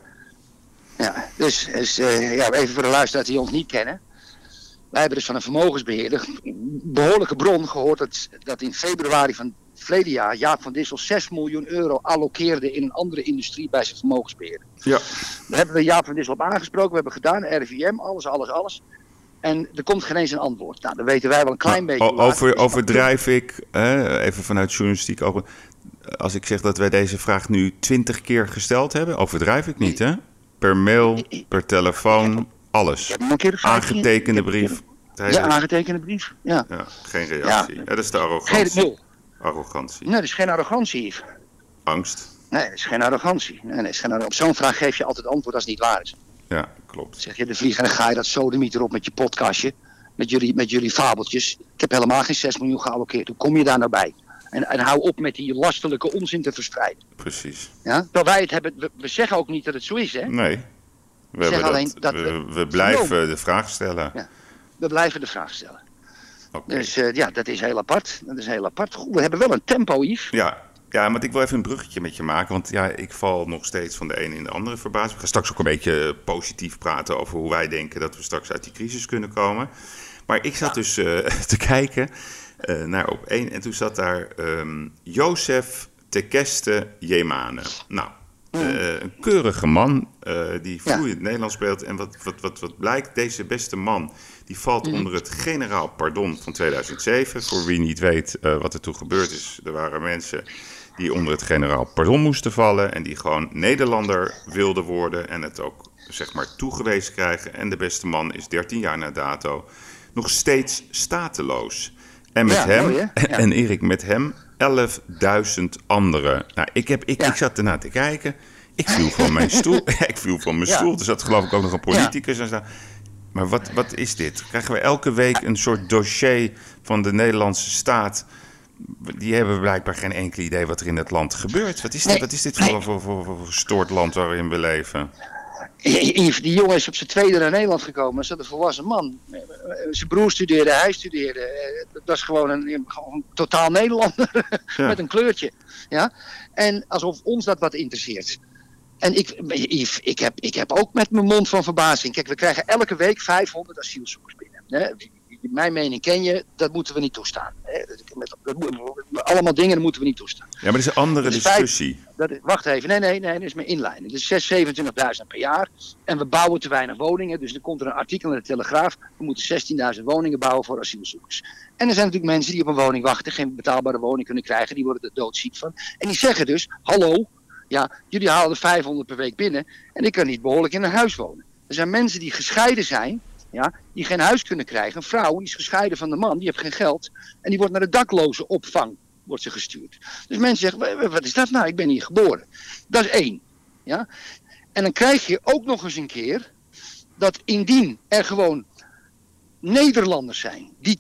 Ja, dus even voor de luisteraars die ons niet kennen. Wij hebben dus van een vermogensbeheerder, een behoorlijke bron, gehoord dat in februari van het verleden jaar Jaap van Dissel 6 miljoen euro allokeerde in een andere industrie bij zijn vermogensbeheerder. Ja. Daar hebben we Jaap van Dissel op aangesproken, we hebben gedaan, RIVM, alles. En er komt geen eens een antwoord. Nou, dan weten wij wel een klein beetje. Overdrijf ik, even vanuit journalistiek open, als ik zeg dat wij deze vraag nu 20 keer gesteld hebben, overdrijf ik niet, hè? Per mail, per telefoon, alles. Aangetekende brief. Aangetekende brief, ja. Geen reactie. Ja. Dat is de arrogantie. Nul. Arrogantie. Nee, dat is geen arrogantie, Yves. Angst. Nee, dat is geen arrogantie. Op zo'n vraag geef je altijd antwoord als het niet waar is. Ja, klopt. Zeg je de vliegen en dan ga je dat sodemiet erop met je podcastje. Met jullie fabeltjes. Ik heb helemaal geen 6 miljoen geallokeerd. Hoe kom je daar nou bij? En hou op met die lastelijke onzin te verspreiden. Precies. Ja? Terwijl wij het hebben, we zeggen ook niet dat het zo is, hè? Nee. We blijven de vraag stellen. Ja, we blijven de vraag stellen. Okay. Dus dat is heel apart. Goed, we hebben wel een tempo, Yves. Ja, maar ik wil even een bruggetje met je maken. Want ja, ik val nog steeds van de ene in de andere verbazing. We gaan straks ook een beetje positief praten over hoe wij denken dat we straks uit die crisis kunnen komen. Maar ik zat dus te kijken naar op 1 en toen zat daar Joseph Tekeste Jemane. Nou, een keurige man die vloeiend Nederlands speelt. En wat blijkt, deze beste man die valt onder het generaal pardon van 2007. Voor wie niet weet wat er toen gebeurd is, er waren mensen die onder het generaal pardon moesten vallen en die gewoon Nederlander wilden worden en het ook zeg maar toegewezen krijgen. En de beste man is 13 jaar na dato nog steeds stateloos. En met hem, en Erik, met hem 11.000 anderen. Nou, ik zat ernaar te kijken. Ik viel van mijn stoel. Er zat geloof ik ook nog een politicus en zo. Maar wat is dit? Krijgen we elke week een soort dossier van de Nederlandse staat? Die hebben blijkbaar geen enkel idee wat er in het land gebeurt. Wat is dit voor gestoord land waarin we leven? Die jongen is op zijn tweede naar Nederland gekomen. Hij is een volwassen man. Zijn broer studeerde, hij studeerde. Dat is gewoon een totaal Nederlander met een kleurtje. Ja? En alsof ons dat wat interesseert. En ik heb ook met mijn mond van verbazing. Kijk, we krijgen elke week 500 asielzoekers binnen. Hè? Mijn mening ken je, dat moeten we niet toestaan. Allemaal dingen, dat moeten we niet toestaan. Ja, maar dat is een andere discussie. Wacht even, nee, dat is mijn inleiding. Het is 27.000 per jaar en we bouwen te weinig woningen. Dus er komt er een artikel in de Telegraaf. We moeten 16.000 woningen bouwen voor asielzoekers. En er zijn natuurlijk mensen die op een woning wachten, geen betaalbare woning kunnen krijgen. Die worden er doodziek van. En die zeggen dus, hallo, ja, jullie halen er 500 per week binnen en ik kan niet behoorlijk in een huis wonen. Er zijn mensen die gescheiden zijn. Ja, die geen huis kunnen krijgen. Een vrouw die is gescheiden van de man, die heeft geen geld. En die wordt naar de daklozenopvang wordt ze gestuurd. Dus mensen zeggen, wat is dat nou? Ik ben hier geboren. Dat is 1. Ja? En dan krijg je ook nog eens een keer dat indien er gewoon Nederlanders zijn die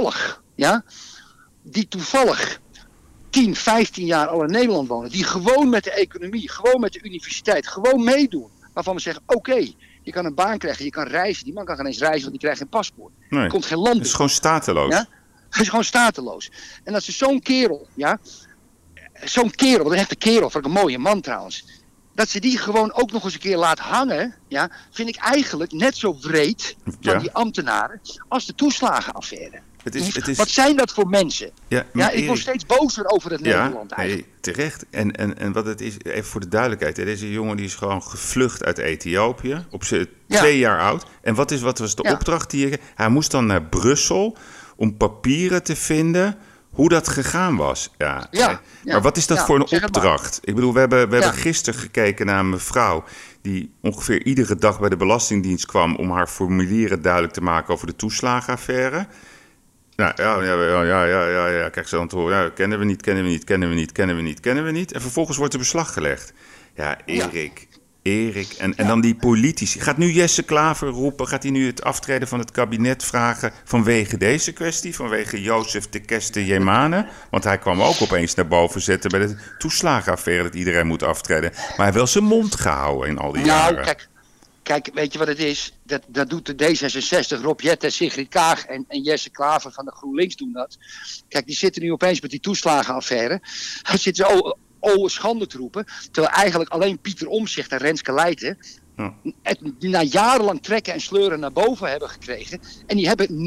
toevallig 10, 15 jaar al in Nederland wonen, die gewoon met de economie, gewoon met de universiteit, gewoon meedoen. Waarvan we zeggen, oké, je kan een baan krijgen, je kan reizen. Die man kan geen eens reizen, want die krijgt geen paspoort. Nee, er komt geen land. Het is gewoon stateloos. Ja? Hij is gewoon stateloos. En als ze zo'n kerel, wat een echte kerel, vond ik een mooie man trouwens. Dat ze die gewoon ook nog eens een keer laat hangen, ja, vind ik eigenlijk net zo wreed van die ambtenaren als de toeslagenaffaire. Wat zijn dat voor mensen? Ja, ik word steeds bozer over het Nederland eigenlijk. Nee, terecht. En wat het is, even voor de duidelijkheid. Deze jongen die is gewoon gevlucht uit Ethiopië. Op zijn 2 jaar oud. En wat was de opdracht die hij moest dan naar Brussel om papieren te vinden hoe dat gegaan was. Maar wat is dat voor een opdracht? Ik bedoel, we hebben gisteren gekeken naar een mevrouw die ongeveer iedere dag bij de Belastingdienst kwam om haar formulieren duidelijk te maken over de toeslagenaffaire. Nou, krijg ze dan te horen. Ja, kennen we niet. En vervolgens wordt er beslag gelegd. Ja, Erik. En dan die politici. Gaat nu Jesse Klaver roepen? Gaat hij nu het aftreden van het kabinet vragen vanwege deze kwestie? Vanwege Joseph Tekeste Jemane? Want hij kwam ook opeens naar boven zetten bij de toeslagenaffaire dat iedereen moet aftreden. Maar hij heeft wel zijn mond gehouden in al die jaren. Kijk, weet je wat het is? Dat doet de D66, Rob Jetten, Sigrid Kaag en Jesse Klaver van de GroenLinks doen dat. Kijk, die zitten nu opeens met die toeslagenaffaire. Hij zit zo schande te roepen. Terwijl eigenlijk alleen Pieter Omtzigt en Renske Leijten die na jarenlang trekken en sleuren naar boven hebben gekregen. En die hebben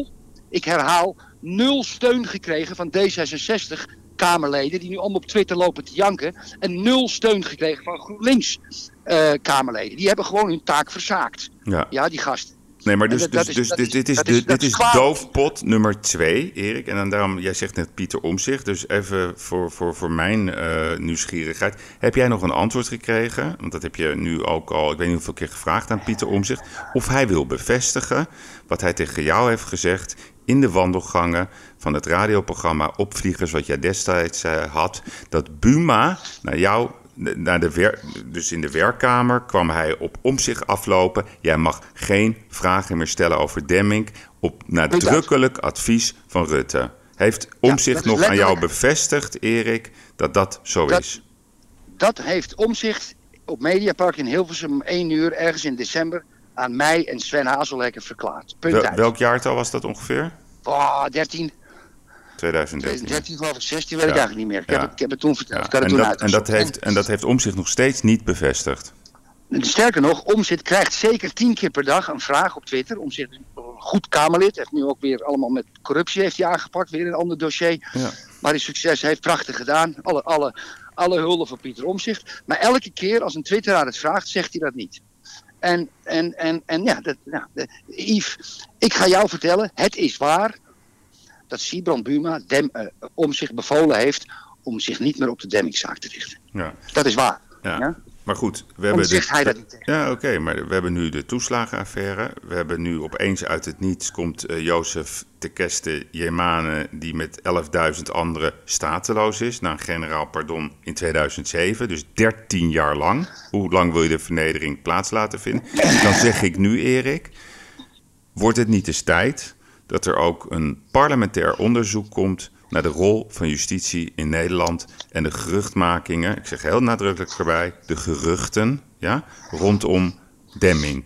0 steun gekregen van D66 Kamerleden die nu allemaal op Twitter lopen te janken. En 0 steun gekregen van GroenLinks Kamerleden. Die hebben gewoon hun taak verzaakt. Ja, die gasten. Nee, maar dit is doofpot nummer 2, Erik. En dan daarom, jij zegt net Pieter Omtzigt. Dus even voor mijn nieuwsgierigheid. Heb jij nog een antwoord gekregen? Want dat heb je nu ook al, ik weet niet hoeveel keer gevraagd aan Pieter Omtzigt. Of hij wil bevestigen wat hij tegen jou heeft gezegd in de wandelgangen van het radioprogramma Opvliegers, wat jij destijds had. Dat Buma naar jou, dus in de werkkamer, kwam hij op Omtzigt aflopen. Jij mag geen vragen meer stellen over Demmink op nadrukkelijk advies van Rutte. Heeft Omtzigt nog aan jou bevestigd, Erik, dat zo is? Dat heeft Omtzigt op Mediapark in Hilversum 1 uur ergens in december aan mij en Sven Hazelhekker verklaard. Welk jaartal was dat ongeveer? 13. 2013 geloof ik, 16 weet ik eigenlijk niet meer. Ik heb het toen verteld. Ik had het toen uitgezocht. En dat heeft Omtzigt nog steeds niet bevestigd. Sterker nog, Omtzigt krijgt zeker 10 keer per dag een vraag op Twitter. Omtzigt is een goed Kamerlid. Heeft nu ook weer allemaal met corruptie heeft hij aangepakt. Weer een ander dossier. Ja. Maar hij succes heeft prachtig gedaan. Alle hulde voor Pieter Omtzigt. Maar elke keer als een twitteraar het vraagt, zegt hij dat niet. Yves, ik ga jou vertellen, het is waar dat Sybrand Buma Omtzigt bevolen heeft om zich niet meer op de Demming-zaak te richten. Ja. Dat is waar. Ja. Maar goed, hij dat niet tegen. Ja, oké, maar we hebben nu de toeslagenaffaire. We hebben nu opeens uit het niets komt Jozef Tekeste Jemane, die met 11.000 anderen stateloos is, na een generaal pardon in 2007, dus 13 jaar lang. Hoe lang wil je de vernedering plaats laten vinden? Dan zeg ik nu, Erik, wordt het niet eens tijd dat er ook een parlementair onderzoek komt naar de rol van justitie in Nederland en de geruchtmakingen, ik zeg heel nadrukkelijk erbij, de geruchten rondom Demming.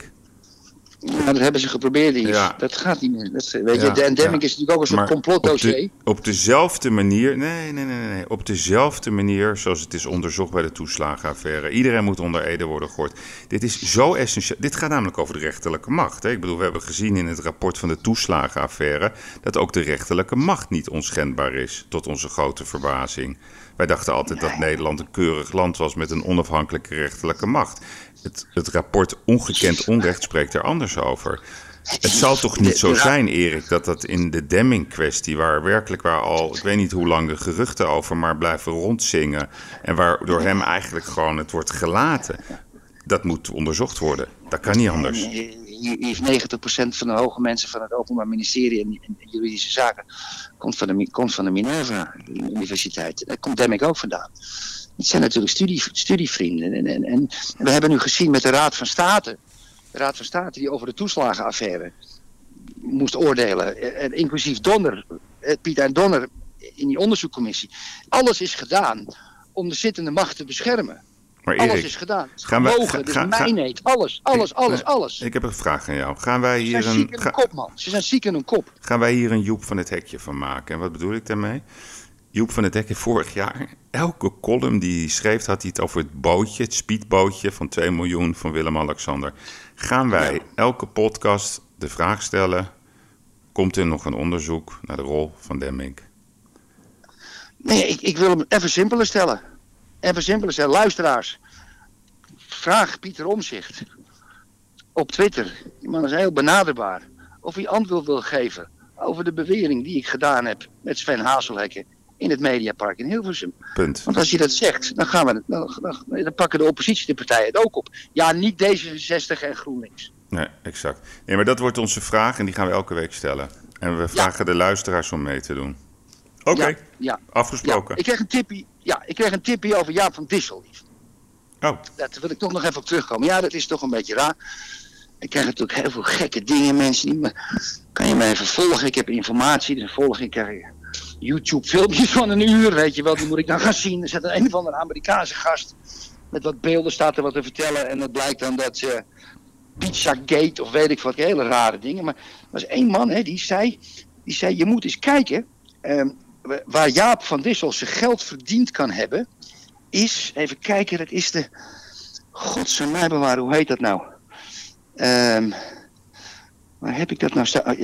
Ja, dat hebben ze geprobeerd, Yves. Ja. Dat gaat niet meer. En Demming is natuurlijk ook een soort complotdossier. Op dezelfde manier, nee. Op dezelfde manier zoals het is onderzocht bij de toeslagenaffaire. Iedereen moet onder ede worden gehoord. Dit is zo essentieel. Dit gaat namelijk over de rechterlijke macht. Hè? Ik bedoel, we hebben gezien in het rapport van de toeslagenaffaire dat ook de rechterlijke macht niet onschendbaar is, tot onze grote verbazing. Wij dachten altijd dat Nederland een keurig land was met een onafhankelijke rechterlijke macht. Het rapport Ongekend Onrecht spreekt er anders over. Het zal toch niet zo zijn, Erik, dat in de Demming-kwestie, waar al, ik weet niet hoe lang de geruchten over maar blijven rondzingen, en waar door hem eigenlijk gewoon het wordt gelaten, dat moet onderzocht worden. Dat kan niet anders. Hier 90% van de hoge mensen van het Openbaar Ministerie en juridische zaken komt van de Minerva Universiteit. Daar komt Demming ook vandaan. Het zijn natuurlijk studievrienden. En we hebben nu gezien met de Raad van State. De Raad van State die over de toeslagenaffaire moest oordelen. En inclusief Pieter en Donner in die onderzoekcommissie. Alles is gedaan om de zittende macht te beschermen. Maar Erik, alles is gedaan. Het is gelogen, dus mijnheid. Alles. Ik heb een vraag aan jou. Gaan wij hier Ze zijn ziek in hun kop, man. Ze zijn ziek in hun kop. Gaan wij hier een Joep van het Hekje van maken? En wat bedoel ik daarmee? Joep van het Hekje vorig jaar, elke column die hij schreef, had hij het over het bootje, het speedbootje van 2 miljoen van Willem-Alexander. Gaan wij elke podcast de vraag stellen, komt er nog een onderzoek naar de rol van Demming? Nee, ik wil hem even simpeler stellen. Luisteraars, vraag Pieter Omtzigt op Twitter. Die man is heel benaderbaar. Of hij antwoord wil geven over de bewering die ik gedaan heb met Sven Hazelhekken in het Mediapark in Hilversum. Punt. Want als je dat zegt, dan pakken de oppositiepartijen het ook op. Ja, niet D66 en GroenLinks. Nee, exact. Nee, maar dat wordt onze vraag en die gaan we elke week stellen. En we vragen de luisteraars om mee te doen. Oké, afgesproken. Ja, ik kreeg een tipje over Jaap van Dissel. Oh. Daar wil ik toch nog even op terugkomen. Ja, dat is toch een beetje raar. Ik krijg natuurlijk heel veel gekke dingen, mensen die kan je me even volgen? Ik heb informatie, dus krijg ik YouTube filmpjes van 1 uur, weet je wel, die moet ik dan gaan zien. Er zit een of andere Amerikaanse gast met wat beelden, staat er wat te vertellen en dat blijkt dan dat ze Pizzagate of weet ik wat, hele rare dingen. Maar er was 1 man, die zei je moet eens kijken, waar Jaap van Dissel zijn geld verdiend kan hebben, is, even kijken, dat is de, godzijdank mij bewaren, hoe heet dat nou? Waar heb ik dat nou staan?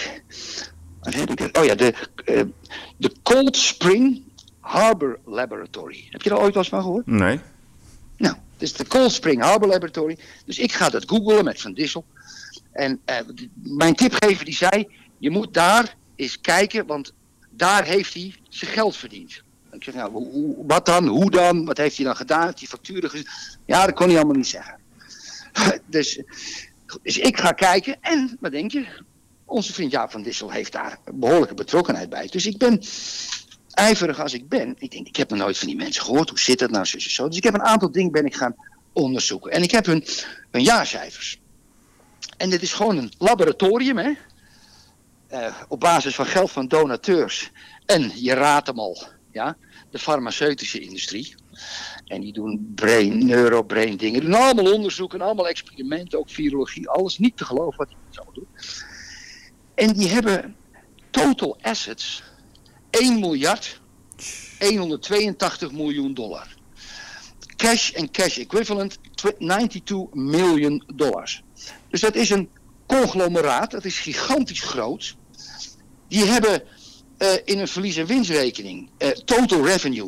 De Cold Spring Harbor Laboratory. Heb je daar ooit wel eens van gehoord? Nee. Nou, het is de Cold Spring Harbor Laboratory. Dus ik ga dat googlen met Van Dissel. En mijn tipgever die zei, je moet daar eens kijken, want daar heeft hij zijn geld verdiend. Ik zeg, nou, wat dan? Hoe dan? Wat heeft hij dan gedaan? Heeft hij facturen Ja, dat kon hij allemaal niet zeggen. Dus ik ga kijken en, wat denk je? Onze vriend Jaap van Dissel heeft daar een behoorlijke betrokkenheid bij. Dus ik ben, ijverig als ik ben, ik denk, ik heb nog nooit van die mensen gehoord. Hoe zit dat nou, zo? Dus ik heb een aantal dingen ben ik gaan onderzoeken. En ik heb hun jaarcijfers. En dit is gewoon een laboratorium, hè. Op basis van geld van donateurs. En je raadt hem al, ja, de farmaceutische industrie. En die doen neurobrain dingen. Die doen allemaal onderzoeken, allemaal experimenten, ook virologie, alles niet te geloven wat die zo doen. En die hebben total assets 1 miljard 182 miljoen dollar. Cash en cash equivalent 92 miljoen dollars. Dus dat is een conglomeraat, dat is gigantisch groot. Die hebben in een verlies- en winstrekening total revenue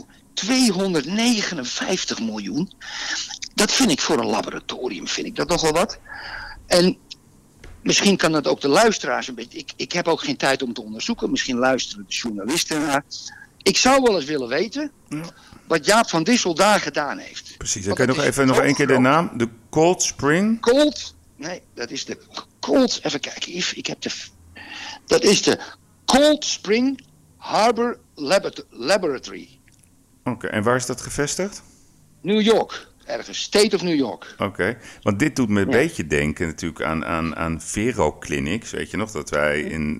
259 miljoen. Dat vind ik voor een laboratorium vind ik dat nogal wat. En misschien kan dat ook de luisteraars een beetje. Ik heb ook geen tijd om te onderzoeken. Misschien luisteren de journalisten naar. Ik zou wel eens willen weten wat Jaap van Dissel daar gedaan heeft. Precies, dan kan je nog één keer de naam. De Cold Spring? Nee, dat is de Cold... Even kijken, ik heb dat is de Cold Spring Harbor Laboratory. Oké, en waar is dat gevestigd? New York, ergens. State of New York. Oké, want dit doet me een beetje denken natuurlijk aan Vero Clinics. Weet je nog dat wij in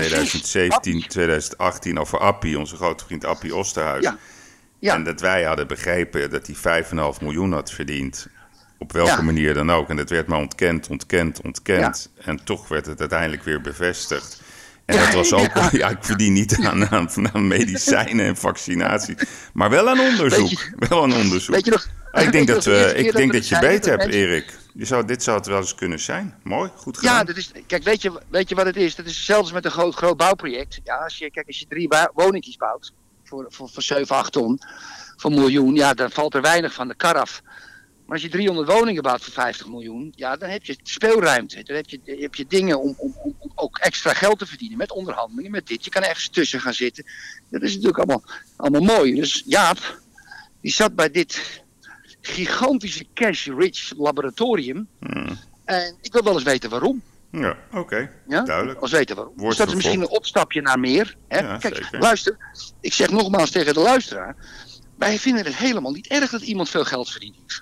2017, 2018 over Appie, onze grote vriend Appie Osterhuis. Ja. En dat wij hadden begrepen dat hij 5,5 miljoen had verdiend. Op welke manier dan ook. En dat werd maar ontkend. Ja. En toch werd het uiteindelijk weer bevestigd. En dat was ook, ik verdien niet aan medicijnen en vaccinatie. Maar wel aan onderzoek. Weet je nog, ik denk dat je beter hebt, Erik. Dit zou het wel eens kunnen zijn. Mooi, goed gedaan. Ja, dat is, kijk, weet je wat het is? Dat is zelfs met een groot bouwproject. Ja, als je 3 woningjes bouwt voor 7, 8 ton, voor een miljoen, ja, dan valt er weinig van de kar af. Maar als je 300 woningen bouwt voor 50 miljoen, ja, dan heb je speelruimte. Dan heb je dingen om ook extra geld te verdienen met onderhandelingen, met dit. Je kan ergens tussen gaan zitten. Dat is natuurlijk allemaal mooi. Dus Jaap, die zat bij dit gigantische cash-rich laboratorium. En ik wil wel eens weten waarom. Ja, oké. Ja? Duidelijk. Wel eens weten waarom. Dus dat is misschien een opstapje naar meer. Hè? Ja, kijk, zeker. Luister. Ik zeg nogmaals tegen de luisteraar. Wij vinden het helemaal niet erg dat iemand veel geld verdient.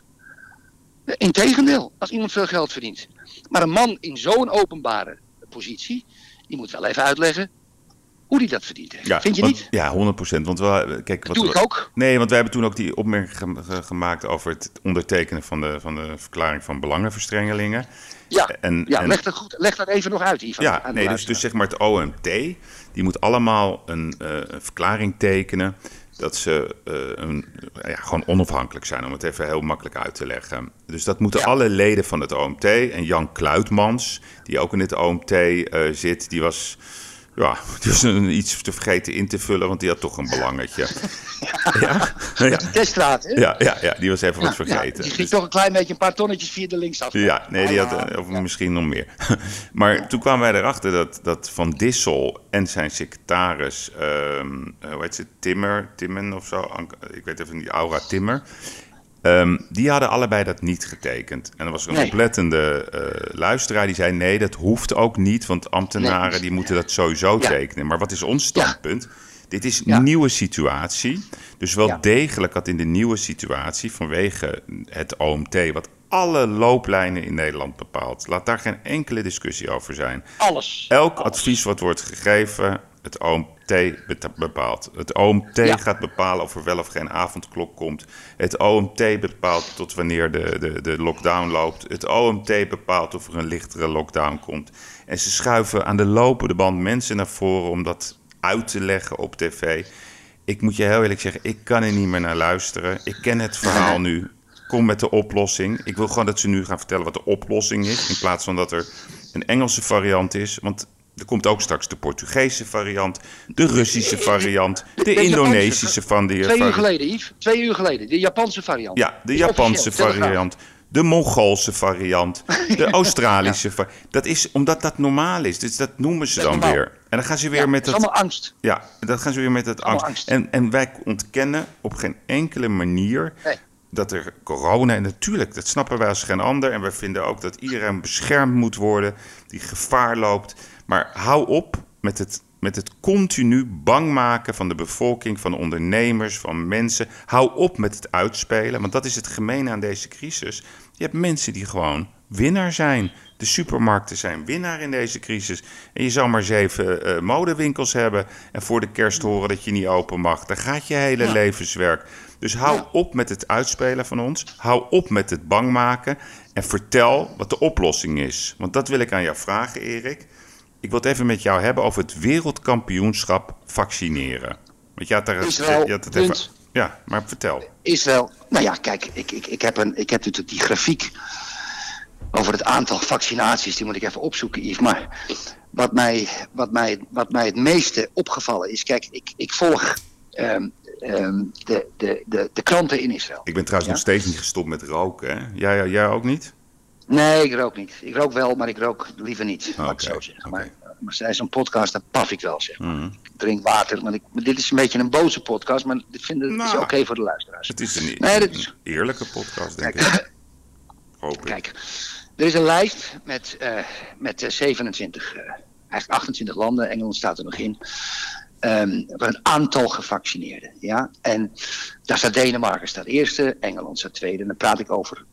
Integendeel, als iemand veel geld verdient. Maar een man in zo'n openbare positie, die moet wel even uitleggen hoe die dat verdiend heeft. Vind je niet? Ja, 100%. Want dat doe ik ook. Nee, want wij hebben toen ook die opmerking gemaakt over het ondertekenen van de verklaring van belangenverstrengelingen. Ja, leg dat even nog uit, Ivan. Ja, dus zeg maar het OMT, die moet allemaal een verklaring tekenen dat ze gewoon onafhankelijk zijn, om het even heel makkelijk uit te leggen. Dus dat moeten alle leden van het OMT. En Jan Kluitmans, die ook in het OMT zit, die was iets te vergeten in te vullen, want die had toch een belangetje. Teststraat, hè? Ja, die was even wat vergeten. Die ging toch een klein beetje een paar tonnetjes via de linksaf. Ja, nee, die had of misschien nog meer. Maar toen kwamen wij erachter dat Van Dissel en zijn secretaris, hoe heet ze, Timmen of zo, ik weet even niet, Aura Timmer, die hadden allebei dat niet getekend. En er was een oplettende luisteraar die zei, nee, dat hoeft ook niet, want ambtenaren die moeten dat sowieso tekenen. Maar wat is ons standpunt? Dit is een nieuwe situatie. Dus wel degelijk had in de nieuwe situatie, vanwege het OMT, wat alle looplijnen in Nederland bepaalt. Laat daar geen enkele discussie over zijn. Alles. Elk advies wat wordt gegeven, het OMT bepaalt. Het OMT gaat bepalen of er wel of geen avondklok komt. Het OMT bepaalt tot wanneer de lockdown loopt. Het OMT bepaalt of er een lichtere lockdown komt. En ze schuiven aan de lopende band mensen naar voren om dat uit te leggen op tv. Ik moet je heel eerlijk zeggen, ik kan er niet meer naar luisteren. Ik ken het verhaal nu. Kom met de oplossing. Ik wil gewoon dat ze nu gaan vertellen wat de oplossing is, in plaats van dat er een Engelse variant is. Want er komt ook straks de Portugese variant, de Russische variant, de Indonesische variant. 2 uur geleden, Yves. 2 uur geleden. De Japanse variant. Ja, de Japanse variant. De Mongoolse variant, de Australische variant. Dat is omdat dat normaal is. Dus dat noemen ze dan weer. En dan gaan ze weer met dat. Het is allemaal angst. Ja, dat gaan ze weer met dat angst. En wij ontkennen op geen enkele manier dat er corona, en natuurlijk, dat snappen wij als geen ander. En wij vinden ook dat iedereen beschermd moet worden die gevaar loopt. Maar hou op met het continu bang maken van de bevolking, van ondernemers, van mensen. Hou op met het uitspelen, want dat is het gemene aan deze crisis. Je hebt mensen die gewoon winnaar zijn. De supermarkten zijn winnaar in deze crisis. En je zou maar 7 modewinkels hebben en voor de kerst horen dat je niet open mag. Dan gaat je hele levenswerk. Dus hou op met het uitspelen van ons. Hou op met het bang maken. En vertel wat de oplossing is. Want dat wil ik aan jou vragen, Erik. Ik wil het even met jou hebben over het wereldkampioenschap vaccineren. Want je had daar Israël, je had het even, ja, maar vertel. Israël, nou ja, kijk, ik heb natuurlijk die grafiek over het aantal vaccinaties, die moet ik even opzoeken, Yves. Maar wat mij het meeste opgevallen is, kijk, ik volg de kranten in Israël. Ik ben trouwens nog steeds niet gestopt met roken, hè? Jij ook niet? Nee, ik rook niet. Ik rook wel, maar ik rook liever niet, laat ik zo zeggen. Okay. Maar zij zo'n podcast, dan paf ik wel, zeg maar. Ik drink water, maar dit is een beetje een boze podcast, maar ik vind het is oké voor de luisteraars. Het is een eerlijke podcast, denk ik. Kijk, er is een lijst met 27, eigenlijk 28 landen, Engeland staat er nog in, een aantal gevaccineerden. Ja? En daar staat Denemarken staat eerste, Engeland staat tweede. En dan praat ik over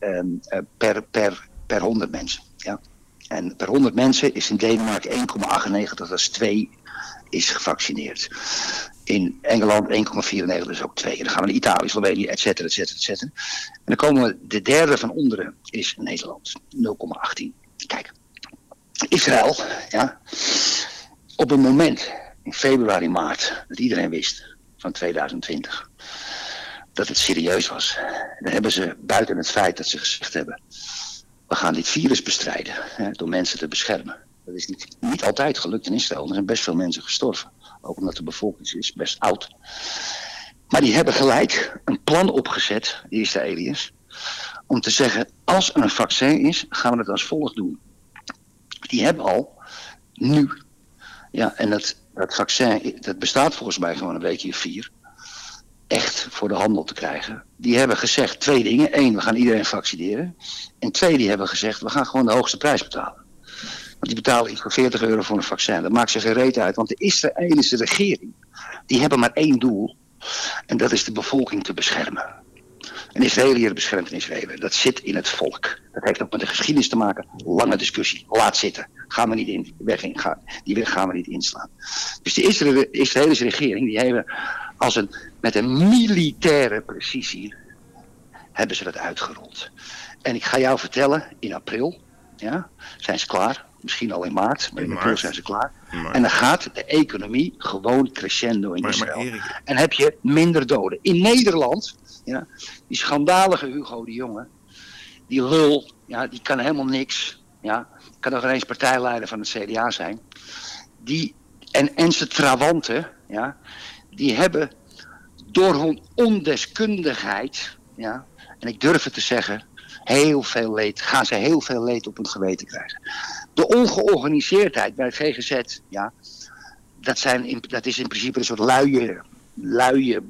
per 100 mensen. Ja? En per 100 mensen is in Denemarken 1,98, dat is 2, is gevaccineerd. In Engeland 1,94, dus ook 2. En dan gaan we naar Italië, Slovenië, et cetera, et cetera, et cetera. En dan komen we, de derde van onderen is Nederland, 0,18. Kijk, Israël, ja, op een moment in februari, maart, dat iedereen wist van 2020, dat het serieus was. Dan hebben ze, buiten het feit dat ze gezegd hebben, we gaan dit virus bestrijden, hè, door mensen te beschermen. Dat is niet altijd gelukt in Israël. Er zijn best veel mensen gestorven. Ook omdat de bevolking is best oud. Maar die hebben gelijk een plan opgezet, die Israëliërs, om te zeggen, als er een vaccin is, gaan we het als volgt doen. Die hebben al nu, ja, en dat vaccin, dat bestaat volgens mij gewoon een weekje 4, echt voor de handel te krijgen. Die hebben gezegd 2 dingen. 1, we gaan iedereen vaccineren. En 2, die hebben gezegd, we gaan gewoon de hoogste prijs betalen. Want die betalen iets van €40 voor een vaccin. Dat maakt ze geen reet uit. Want de Israëlische regering, die hebben maar 1 doel. En dat is de bevolking te beschermen. Een Israëliër beschermt een Israëliër. Dat zit in het volk. Dat heeft ook met de geschiedenis te maken. Lange discussie. Laat zitten. Gaan we niet in. Die weg gaan we niet inslaan. Dus de Israëlische regering, die hebben met een militaire precisie, hebben ze dat uitgerold. En ik ga jou vertellen, in april, ja, zijn ze klaar. Misschien al in maart, maar in april zijn ze klaar. En dan gaat de economie gewoon crescendo in Israël. Erik, en heb je minder doden. In Nederland, ja, die schandalige Hugo de Jonge, die lul, ja, die kan helemaal niks. Ja, kan nog eens partijleider van het CDA zijn. En zijn trawanten, ja, die hebben door hun ondeskundigheid, ja, en ik durf het te zeggen, gaan ze heel veel leed op hun geweten krijgen. De ongeorganiseerdheid bij het GGZ, ja, dat is in principe een soort luie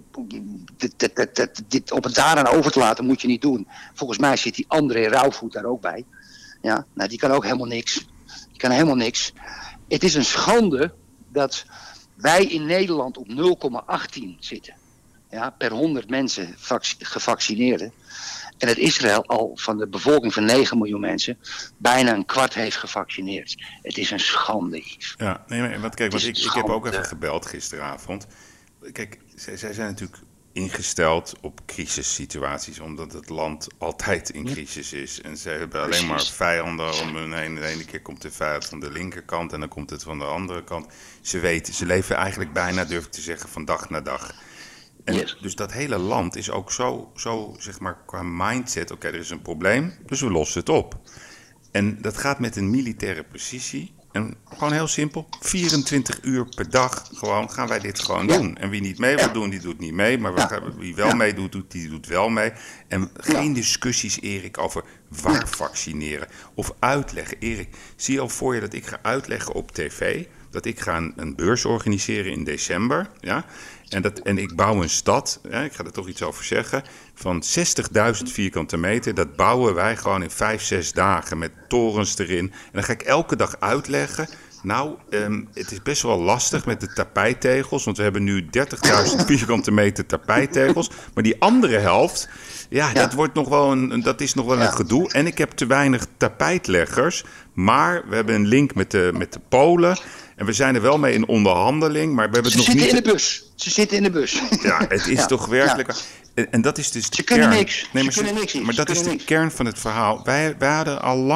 dit op het daaraan over te laten moet je niet doen. Volgens mij zit die André Rauwvoet daar ook bij. Ja, nou, die kan ook helemaal niks. Het is een schande dat wij in Nederland op 0,18 zitten. Ja, per 100 mensen gevaccineerden. En dat Israël al van de bevolking van 9 miljoen mensen bijna een kwart heeft gevaccineerd. Het is een schande. Ja, want ik heb ook even gebeld gisteravond. Kijk, zij zijn natuurlijk ingesteld op crisissituaties, omdat het land altijd in crisis is. En ze hebben alleen maar vijanden om hun heen. De ene keer komt de vijand van de linkerkant en dan komt het van de andere kant. Ze leven eigenlijk bijna, durf ik te zeggen, van dag naar dag. En dus dat hele land is ook zo zeg maar, qua mindset, oké, er is een probleem, dus we lossen het op. En dat gaat met een militaire precisie. En gewoon heel simpel, 24 uur per dag gewoon gaan wij dit gewoon doen. En wie niet mee wil doen, die doet niet mee. Maar wie wel meedoet, die doet wel mee. En geen discussies, Erik, over waar vaccineren of uitleggen. Erik, zie je al voor je dat ik ga uitleggen op tv, dat ik ga een beurs organiseren in december, ja? En ik bouw een stad, ik ga er toch iets over zeggen, van 60.000 vierkante meter. Dat bouwen wij gewoon in 5-6 dagen met torens erin. En dan ga ik elke dag uitleggen. Nou, het is best wel lastig met de tapijttegels. Want we hebben nu 30.000 vierkante meter tapijttegels. Maar die andere helft, dat wordt nog wel dat is nog wel een gedoe. En ik heb te weinig tapijtleggers. Maar we hebben een link met de Polen. En we zijn er wel mee in onderhandeling, maar we hebben het nog niet... Ze zitten in de bus. Ja, het is toch werkelijk... Ja. En dat is dus de kern. Ze kunnen niks. Maar dat is de kern van het verhaal. Wij hadden al lang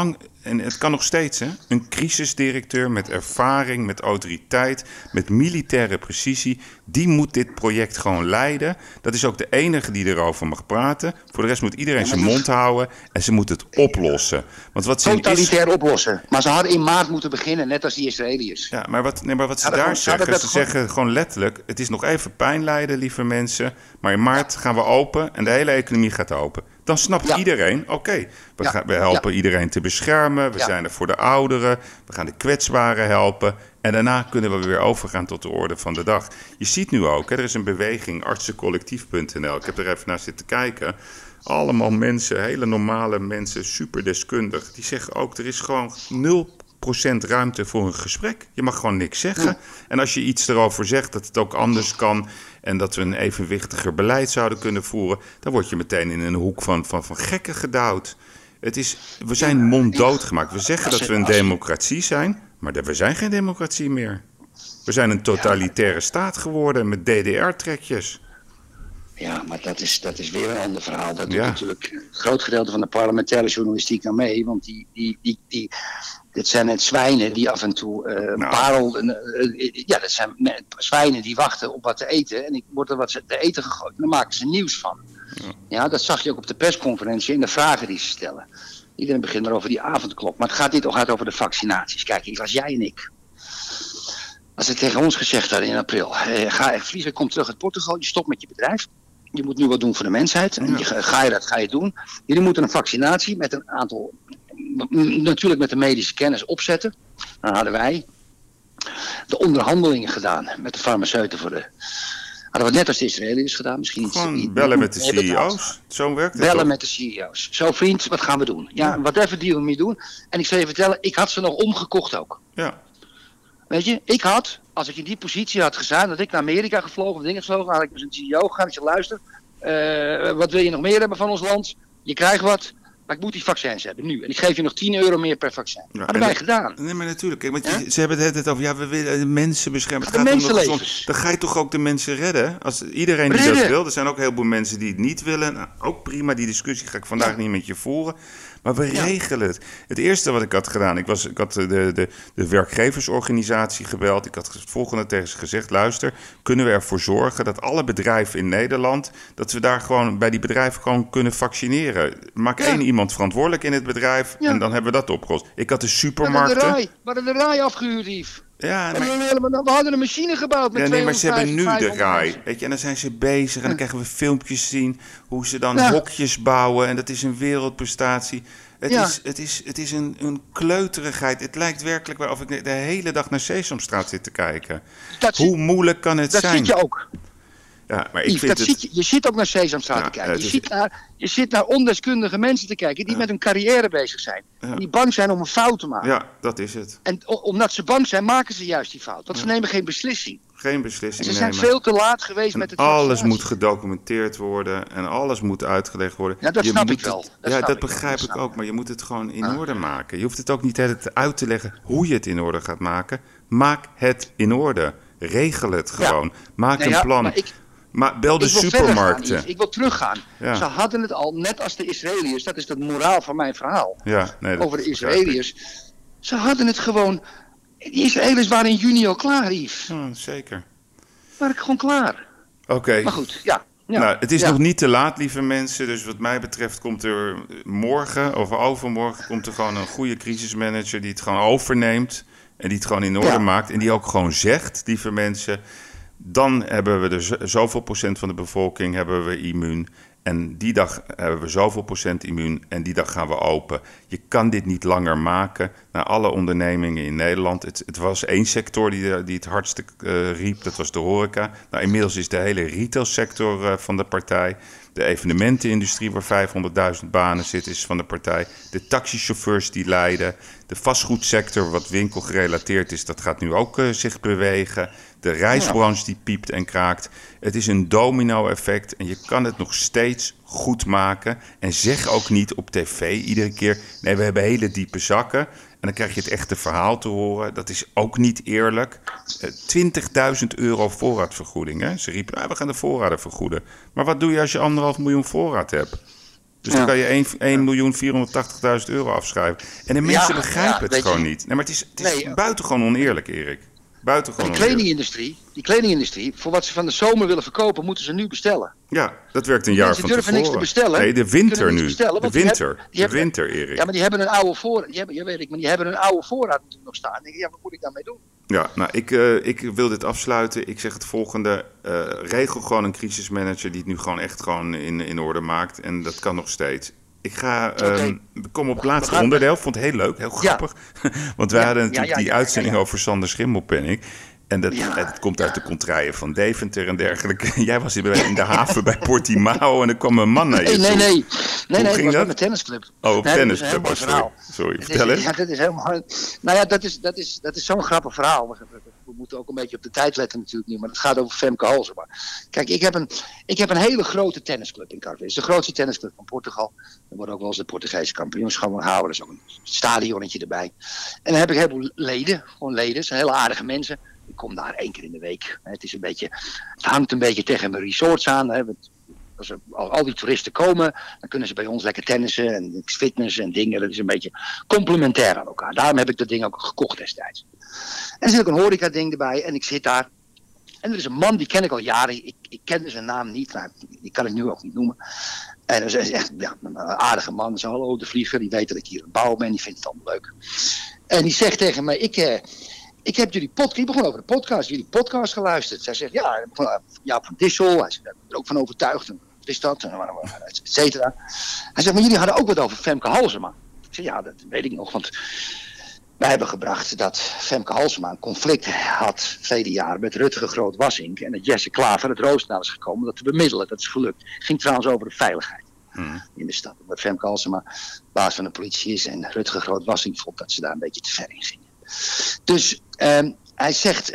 en het kan nog steeds, hè, een crisisdirecteur met ervaring, met autoriteit, met militaire precisie, die moet dit project gewoon leiden. Dat is ook de enige die erover mag praten. Voor de rest moet iedereen zijn mond houden en ze moet het oplossen. Want wat totalitair oplossen. Maar ze hadden in maart moeten beginnen, net als die Israëliërs. Ja, maar wat ze daar zeggen, ze zeggen gewoon letterlijk, het is nog even pijn lijden, lieve mensen, maar in maart gaan we open en de hele economie gaat open. Dan snapt iedereen, oké, we helpen iedereen te beschermen. We zijn er voor de ouderen. We gaan de kwetsbaren helpen. En daarna kunnen we weer overgaan tot de orde van de dag. Je ziet nu ook, hè, er is een beweging, artsencollectief.nl. Ik heb er even naar zitten kijken. Allemaal mensen, hele normale mensen, superdeskundig. Die zeggen ook, er is gewoon 0% ruimte voor een gesprek. Je mag gewoon niks zeggen. Ja. En als je iets erover zegt dat het ook anders kan en dat we een evenwichtiger beleid zouden kunnen voeren, dan word je meteen in een hoek van gekken gedouwd. We zijn monddood gemaakt. We zeggen dat we een democratie zijn, maar we zijn geen democratie meer. We zijn een totalitaire staat geworden met DDR-trekjes. Ja, maar dat is weer een ander verhaal. Dat doet natuurlijk een groot gedeelte van de parlementaire journalistiek aan mee. Want dit zijn net zwijnen die af en toe dat zijn zwijnen die wachten op wat te eten. En ik wordt er wat te eten gegooid. En daar maken ze nieuws van. Ja, dat zag je ook op de persconferentie in de vragen die ze stellen. Iedereen begint maar over die avondklok. Maar het gaat over de vaccinaties. Kijk, ik was jij en ik. Als ze tegen ons gezegd hadden in april, vliegen, kom terug uit Portugal, je stopt met je bedrijf. Je moet nu wat doen voor de mensheid. En ga je doen. Jullie moeten een vaccinatie met een aantal, natuurlijk met de medische kennis opzetten. Dan hadden wij de onderhandelingen gedaan met de farmaceuten hadden we net als de Israëliërs gedaan. Misschien gewoon bellen met de CEO's. Zo werkt het. Bellen met de CEO's. Zo vriend, wat gaan we doen? Ja, whatever deal we mee doen. En ik zal je vertellen, ik had ze nog omgekocht ook. Ja. Weet je, als ik in die positie had gestaan, dat ik naar Amerika gevlogen of dingen gevlogen, had ik dus een CEO gegaan. Ik zei, luister, wat wil je nog meer hebben van ons land? Je krijgt wat, maar ik moet die vaccins hebben nu. En ik geef je nog €10 meer per vaccin. Ja, hadden wij gedaan. Nee, maar natuurlijk. Kijk, want ze hebben het over, we willen de mensen beschermen. Het gaat mensenlevens. Dan ga je toch ook de mensen redden? Als iedereen die dat wil, er zijn ook heel veel mensen die het niet willen. Nou, ook prima, die discussie ga ik vandaag niet met je voeren. Maar we regelen het. Het eerste wat ik had gedaan, ik had de werkgeversorganisatie gebeld. Ik had het volgende tegen ze gezegd, luister, kunnen we ervoor zorgen dat alle bedrijven in Nederland, dat we daar gewoon bij die bedrijven gewoon kunnen vaccineren. Maak één iemand verantwoordelijk in het bedrijf en dan hebben we dat opgelost. Ik had de supermarkten. We hadden de rij afgehuurd, Yves. Ja, we hadden een machine gebouwd met maar ze hebben nu de RAI. Weet je, en dan zijn ze bezig en dan krijgen we filmpjes zien hoe ze dan hokjes bouwen. En dat is een wereldprestatie. Het is een kleuterigheid. Het lijkt werkelijk wel of ik de hele dag naar Sesamstraat zit te kijken. Hoe moeilijk kan het zijn? Dat zit je ook. Ja, maar ik vind je zit ook naar Sesamstraat te kijken. Je zit naar ondeskundige mensen te kijken die met hun carrière bezig zijn. Ja. En die bang zijn om een fout te maken. Ja, dat is het. En omdat ze bang zijn, maken ze juist die fout. Want ze nemen geen beslissing. Geen beslissing nemen. Ze zijn veel te laat geweest met het alles moet gedocumenteerd worden en alles moet uitgelegd worden. Ja, dat snap ik wel. Dat begrijp ik ook, maar je moet het gewoon in orde maken. Je hoeft het ook niet uit te leggen hoe je het in orde gaat maken. Maak het in orde. Regel het gewoon. Maak een plan. Maar bel de supermarkten. Ik wil teruggaan. Ja. Ze hadden het al, net als de Israëliërs. Dat is de moraal van mijn verhaal. Over de Israëliërs. Ze hadden het gewoon. De Israëliërs waren in juni al klaar, Yves. Ja, zeker. Waren gewoon klaar. Oké. Maar goed, nou, het is nog niet te laat, lieve mensen. Dus wat mij betreft komt er morgen of overmorgen komt er gewoon een goede crisismanager die het gewoon overneemt. En die het gewoon in orde maakt. En die ook gewoon zegt, lieve mensen, dan hebben we er zoveel procent van de bevolking hebben we immuun. En die dag hebben we zoveel procent immuun en die dag gaan we open. Je kan dit niet langer maken naar alle ondernemingen in Nederland. Het was één sector die het hardste riep, dat was de horeca. Nou, inmiddels is de hele retailsector van de partij. De evenementenindustrie waar 500.000 banen zitten is van de partij. De taxichauffeurs die lijden. De vastgoedsector wat winkelgerelateerd is, dat gaat nu ook zich bewegen. De reisbranche die piept en kraakt. Het is een domino-effect en je kan het nog steeds goed maken. En zeg ook niet op tv iedere keer, nee, we hebben hele diepe zakken. En dan krijg je het echte verhaal te horen. Dat is ook niet eerlijk. €20.000 voorraadvergoeding. Hè? Ze riepen, we gaan de voorraden vergoeden. Maar wat doe je als je 1,5 miljoen voorraad hebt? Dus dan kan je 1.480.000 € afschrijven. En de mensen begrijpen het gewoon niet. Nee, maar het is buitengewoon oneerlijk, Erik. Buitengewoon die kledingindustrie, voor wat ze van de zomer willen verkopen, moeten ze nu bestellen. Ja, dat werkt een jaar van tevoren. Ze durven niks te bestellen. Nee, de winter nu. De winter, Erik. Ja, maar die hebben een oude voorraad. Die hebben een oude voorraad natuurlijk nog staan. Ja, wat moet ik daarmee doen? Ja, nou, ik wil dit afsluiten. Ik zeg het volgende. Regel gewoon een crisismanager die het nu gewoon echt in orde maakt. En dat kan nog steeds. Ik kom op het laatste onderdeel. Vond het heel leuk, heel grappig. Ja. Want wij hadden natuurlijk die uitzending over Sander Schimmelpenninck. En dat komt uit de contraien van Deventer en dergelijke. Jij was in de haven bij Portimao en er kwam een man naar je toe. Nee, dat was met mijn tennisclub. Oh, op tennisclub. Sorry, vertel eens. Ja, dat is helemaal... Nou ja, dat is zo'n grappig verhaal. We moeten ook een beetje op de tijd letten natuurlijk nu, maar het gaat over Femke Halsema. Kijk, ik heb een hele grote tennisclub in Cardiff. Het is de grootste tennisclub van Portugal. Er wordt ook wel eens de Portugese kampioenschap gehouden. Er is ook een stadionnetje erbij. En dan heb ik een heleboel leden, het zijn hele aardige mensen. Ik kom daar 1 keer in de week. Het hangt een beetje tegen mijn resorts aan. Als al die toeristen komen, dan kunnen ze bij ons lekker tennissen en fitness en dingen. Dat is een beetje complementair aan elkaar. Daarom heb ik dat ding ook gekocht destijds. En er zit ook een horeca ding erbij en ik zit daar. En er is een man, die ken ik al jaren. Ik kende zijn naam niet, maar die kan ik nu ook niet noemen. En dat is echt een aardige man. Zo, hallo, de vlieger, die weet dat ik hier aan het bouwen ben. Die vindt het allemaal leuk. En die zegt tegen mij, ik heb jullie podcast, ik begon over de podcast, jullie podcast geluisterd. Zij zegt, Jaap van Dissel, hij zegt, ik ben er ook van overtuigd. Wat is dat? Et cetera. Hij zegt, maar jullie hadden ook wat over Femke Halsema. Ik zeg, ja, dat weet ik nog, want wij hebben gebracht dat Femke Halsema een conflict had verleden jaar met Rutger Groot-Wassink. En dat Jesse Klaver het Roosendaal is gekomen om dat te bemiddelen. Dat is gelukt. Het ging trouwens over de veiligheid in de stad. Omdat Femke Halsema baas van de politie is en Rutger Groot-Wassink vond dat ze daar een beetje te ver in gingen. Dus hij zegt,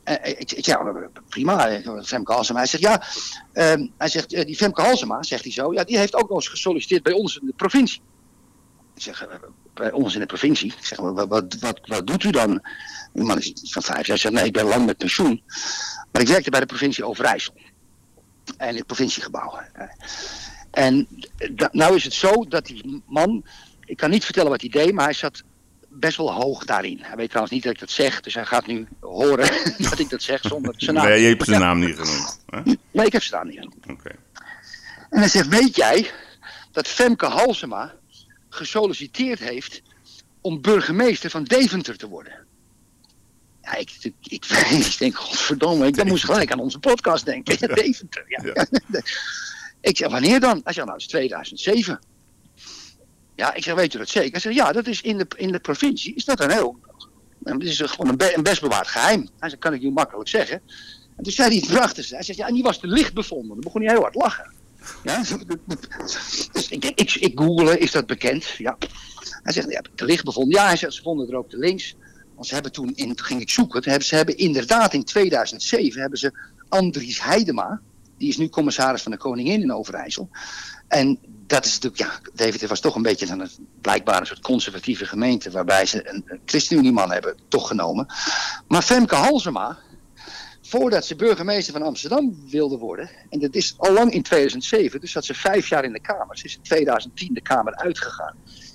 prima, Femke Halsema. Hij zegt, die Femke Halsema, zegt hij zo, ja, die heeft ook nog eens gesolliciteerd bij ons in de provincie. Ik zeg, bij ons in de provincie? Ik zeg, wat doet u dan? Die man is van 5 jaar. Hij zegt, nee, ik ben lang met pensioen. Maar ik werkte bij de provincie Overijssel. En in het provinciegebouw. En nou is het zo dat die man, ik kan niet vertellen wat hij deed, maar hij zat best wel hoog daarin. Hij weet trouwens niet dat ik dat zeg, dus hij gaat nu horen dat ik dat zeg zonder zijn naam. Nee, je hebt zijn naam niet genoemd. Hè? Nee, ik heb zijn naam niet genoemd. Okay. En hij zegt, weet jij dat Femke Halsema gesolliciteerd heeft om burgemeester van Deventer te worden? Ja, ik denk, godverdomme, ik moest gelijk aan onze podcast denken. Ja. Deventer, ja. Ik zeg, wanneer dan? Hij zegt, nou, dat is 2007. Ja, ik zeg, weet u dat zeker? Hij zegt, ja, dat is in de provincie, is dat een heel... Het is gewoon een best bewaard geheim. Hij zegt, kan ik u makkelijk zeggen. En toen zei hij iets prachtigs. Hij zegt, ja, en die was te licht bevonden. Dan begon hij heel hard lachen. Ja? Dus ik googelde, is dat bekend? Ja. Hij zegt, ja, te licht bevonden. Ja, hij zegt, ze vonden er ook te links. Want ze hebben toen ging ik zoeken. Ze hebben inderdaad in 2007 hebben ze Andries Heidema. Die is nu commissaris van de Koningin in Overijssel. En dat is natuurlijk, ja, Deventer was toch een beetje blijkbaar een soort conservatieve gemeente, waarbij ze een ChristenUnie-man hebben toch genomen. Maar Femke Halsema, voordat ze burgemeester van Amsterdam wilde worden, en dat is al lang in 2007, dus zat ze 5 jaar in de Kamer. Ze is in 2010 de Kamer uitgegaan.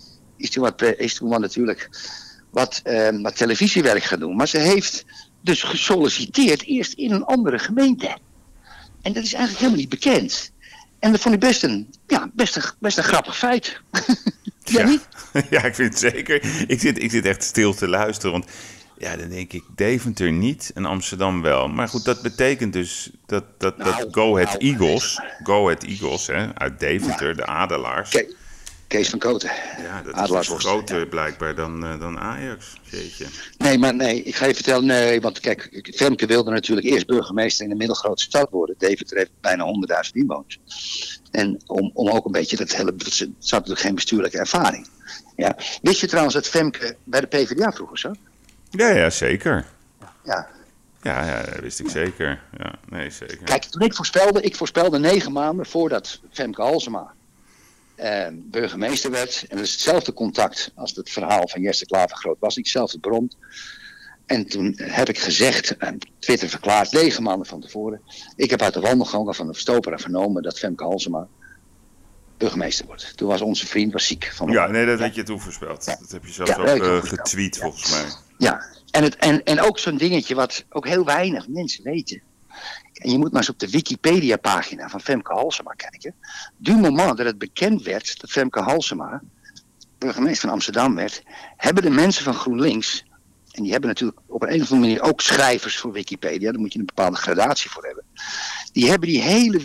Is toen natuurlijk wat televisiewerk gaan doen. Maar ze heeft dus gesolliciteerd eerst in een andere gemeente. En dat is eigenlijk helemaal niet bekend. En dat vond ik best een grappig feit. Ja, niet? Ja, ik vind het zeker. Ik zit echt stil te luisteren. Want ja, dan denk ik, Deventer niet en Amsterdam wel. Maar goed, dat betekent dus dat Go Ahead Eagles, hè, uit Deventer, de Adelaars. Kees van Koten. Ja, dat is dus groter blijkbaar dan Ajax. Jeetje. Nee, ik ga je vertellen. Nee, want kijk, Femke wilde natuurlijk eerst burgemeester in een middelgrote stad worden. Deventer heeft bijna 100.000 inwoners. En om ook een beetje ze had natuurlijk geen bestuurlijke ervaring. Ja. Wist je trouwens dat Femke bij de PvdA vroeger zat? Ja, zeker. Ja. Ja, dat wist ik zeker. Ja, nee, zeker. Kijk, toen ik voorspelde 9 maanden voordat Femke Halsema burgemeester werd. En dat is hetzelfde contact als het verhaal van Jesse Klaver Groot was. Hetzelfde bron. En toen heb ik gezegd, en Twitter verklaard, 9 maanden van tevoren. Ik heb uit de wandelgangen van de Verstopera vernomen dat Femke Halsema burgemeester wordt. Toen was onze vriend ziek. Ja, nee, dat had je toen voorspeld. Dat heb je zelfs ook getweet, volgens mij. Ja, en ook zo'n dingetje wat ook heel weinig mensen weten. En je moet maar eens op de Wikipedia-pagina van Femke Halsema kijken. Du moment dat het bekend werd dat Femke Halsema burgemeester van Amsterdam werd, hebben de mensen van GroenLinks, en die hebben natuurlijk op een of andere manier ook schrijvers voor Wikipedia, daar moet je een bepaalde gradatie voor hebben, die hebben die hele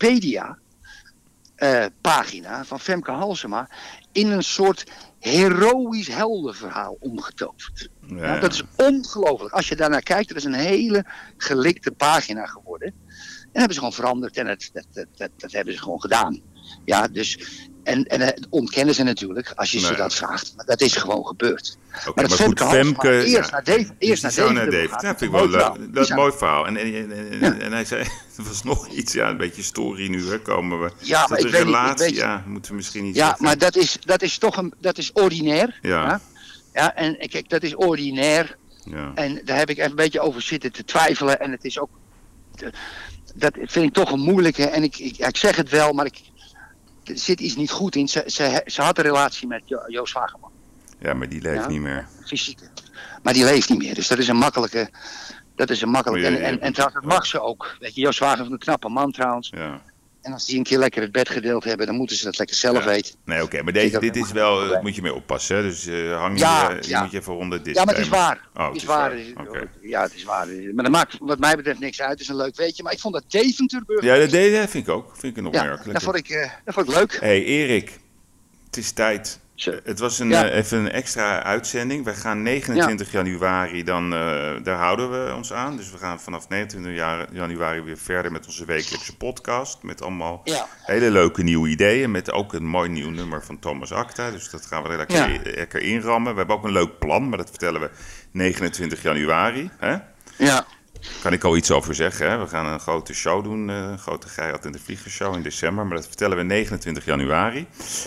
Wikipedia-pagina van Femke Halsema in een soort heroïsch heldenverhaal omgetoverd. Ja. Nou, dat is ongelooflijk. Als je daarnaar kijkt, dat is een hele gelikte pagina geworden. En dat hebben ze gewoon veranderd en dat hebben ze gewoon gedaan. Ja, dus, en ontkennen ze natuurlijk als je ze dat vraagt. Maar dat is gewoon gebeurd. Okay, maar dat Femke eerst naar Deventer. Ja, vind ik wel leuk. Dat is een mooi verhaal. En hij zei, er was nog iets, een beetje story nu, hè, komen we. Ja, maar ik weet relatie, moeten we misschien niet zeggen. Maar dat is ordinair. Ja. Ja, en kijk, dat is ordinair. Ja. En daar heb ik even een beetje over zitten te twijfelen. En het is ook, dat vind ik toch een moeilijke. En ik zeg het wel, maar er zit iets niet goed in. Ze had een relatie met Joost Wageman. Ja, maar die leeft niet meer. Fysieke. Maar die leeft niet meer. Dus dat is een makkelijke. En trouwens, dat mag ze ook. Weet je, Joost Wageman, een knappe man trouwens. Ja. En als die een keer lekker het bed gedeeld hebben, dan moeten ze dat lekker zelf weten. Nee, oké, maar dit is wel, moet je mee oppassen. Hè? Dus moet je even onder dit. Ja, maar het is waar. Het is waar. Okay. Ja, het is waar. Maar dat maakt wat mij betreft niks uit. Het is een leuk weetje. Maar ik vond dat Deventer burgemeester. Ja, dat vind ik ook. Vind ik een opmerkelijk. Dat vond ik leuk. Hey Erik, het is tijd. Het was even een extra uitzending. Wij gaan 29 januari, daar houden we ons aan. Dus we gaan vanaf 29 januari weer verder met onze wekelijkse podcast. Met allemaal hele leuke nieuwe ideeën. Met ook een mooi nieuw nummer van Thomas Acta. Dus dat gaan we lekker inrammen. We hebben ook een leuk plan, maar dat vertellen we 29 januari. Hè? Ja. Kan ik al iets over zeggen. Hè? We gaan een grote show doen. Een grote Gerard en de Vlieger show in december. Maar dat vertellen we 29 januari.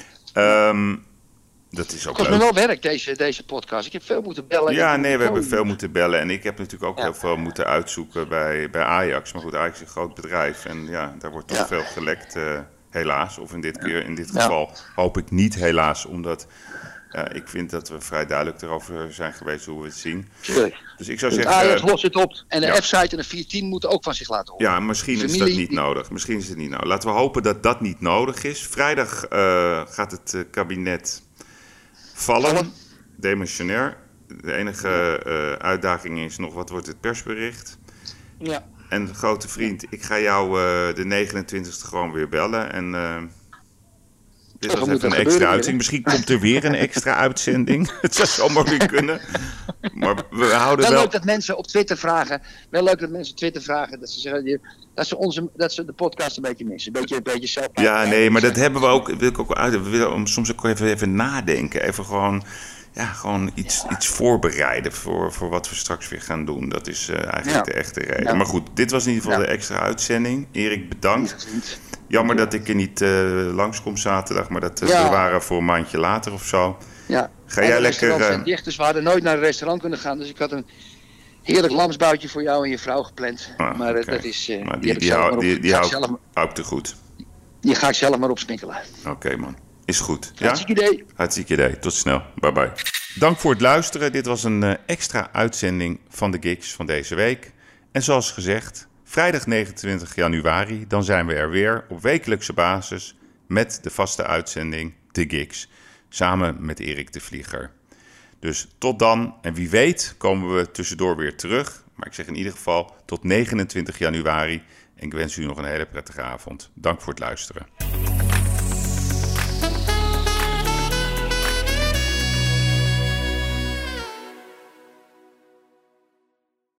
Dat is ook kost me wel werk, deze podcast. Ik heb veel moeten bellen. We hebben veel moeten bellen. En ik heb natuurlijk ook heel veel moeten uitzoeken bij Ajax. Maar goed, Ajax is een groot bedrijf. En daar wordt toch veel gelekt, helaas. Of in dit geval hoop ik niet helaas. Omdat ik vind dat we vrij duidelijk erover zijn geweest hoe we het zien. Tuurlijk. Dus ik zou zeggen, Ajax lost het op. En de F-site en de 410 moeten ook van zich laten horen. Ja, misschien is dat niet nodig. Misschien is het niet nodig. Laten we hopen dat dat niet nodig is. Vrijdag gaat het kabinet vallen, demissionair. De enige uitdaging is nog, wat wordt het persbericht? Ja. En grote vriend, ik ga jou de 29e gewoon weer bellen. En dit was even een extra uitzending. Misschien komt er weer een extra uitzending. Het zou zomaar weer kunnen. Maar we houden wel... leuk dat mensen op Twitter vragen. Dat ze zeggen dat ze de podcast een beetje missen. Een beetje zelf. Ja, nee, maar dat hebben we ook. Wil ik ook uit. We willen soms ook even nadenken. Even gewoon iets voorbereiden voor wat we straks weer gaan doen. Dat is eigenlijk de echte reden. Ja. Maar goed, dit was in ieder geval de extra uitzending. Erik, bedankt. Jammer dat ik er niet langskom zaterdag, maar dat bewaren voor een maandje later of zo. Ja. Ga jij lekker... dicht, dus we hadden nooit naar een restaurant kunnen gaan. Dus ik had een heerlijk lamsboutje voor jou en je vrouw gepland. Maar dat is... die hou ik te goed. Die ga ik zelf maar opsmikkelen. Oké, man. Is goed. Hartstikke idee. Hartstikke idee. Tot snel. Bye bye. Dank voor het luisteren. Dit was een extra uitzending van de Gigs van deze week. En zoals gezegd, vrijdag 29 januari, dan zijn we er weer op wekelijkse basis met de vaste uitzending De Gigs. Samen met Erik de Vlieger. Dus tot dan. En wie weet komen we tussendoor weer terug. Maar ik zeg in ieder geval tot 29 januari. En ik wens u nog een hele prettige avond. Dank voor het luisteren.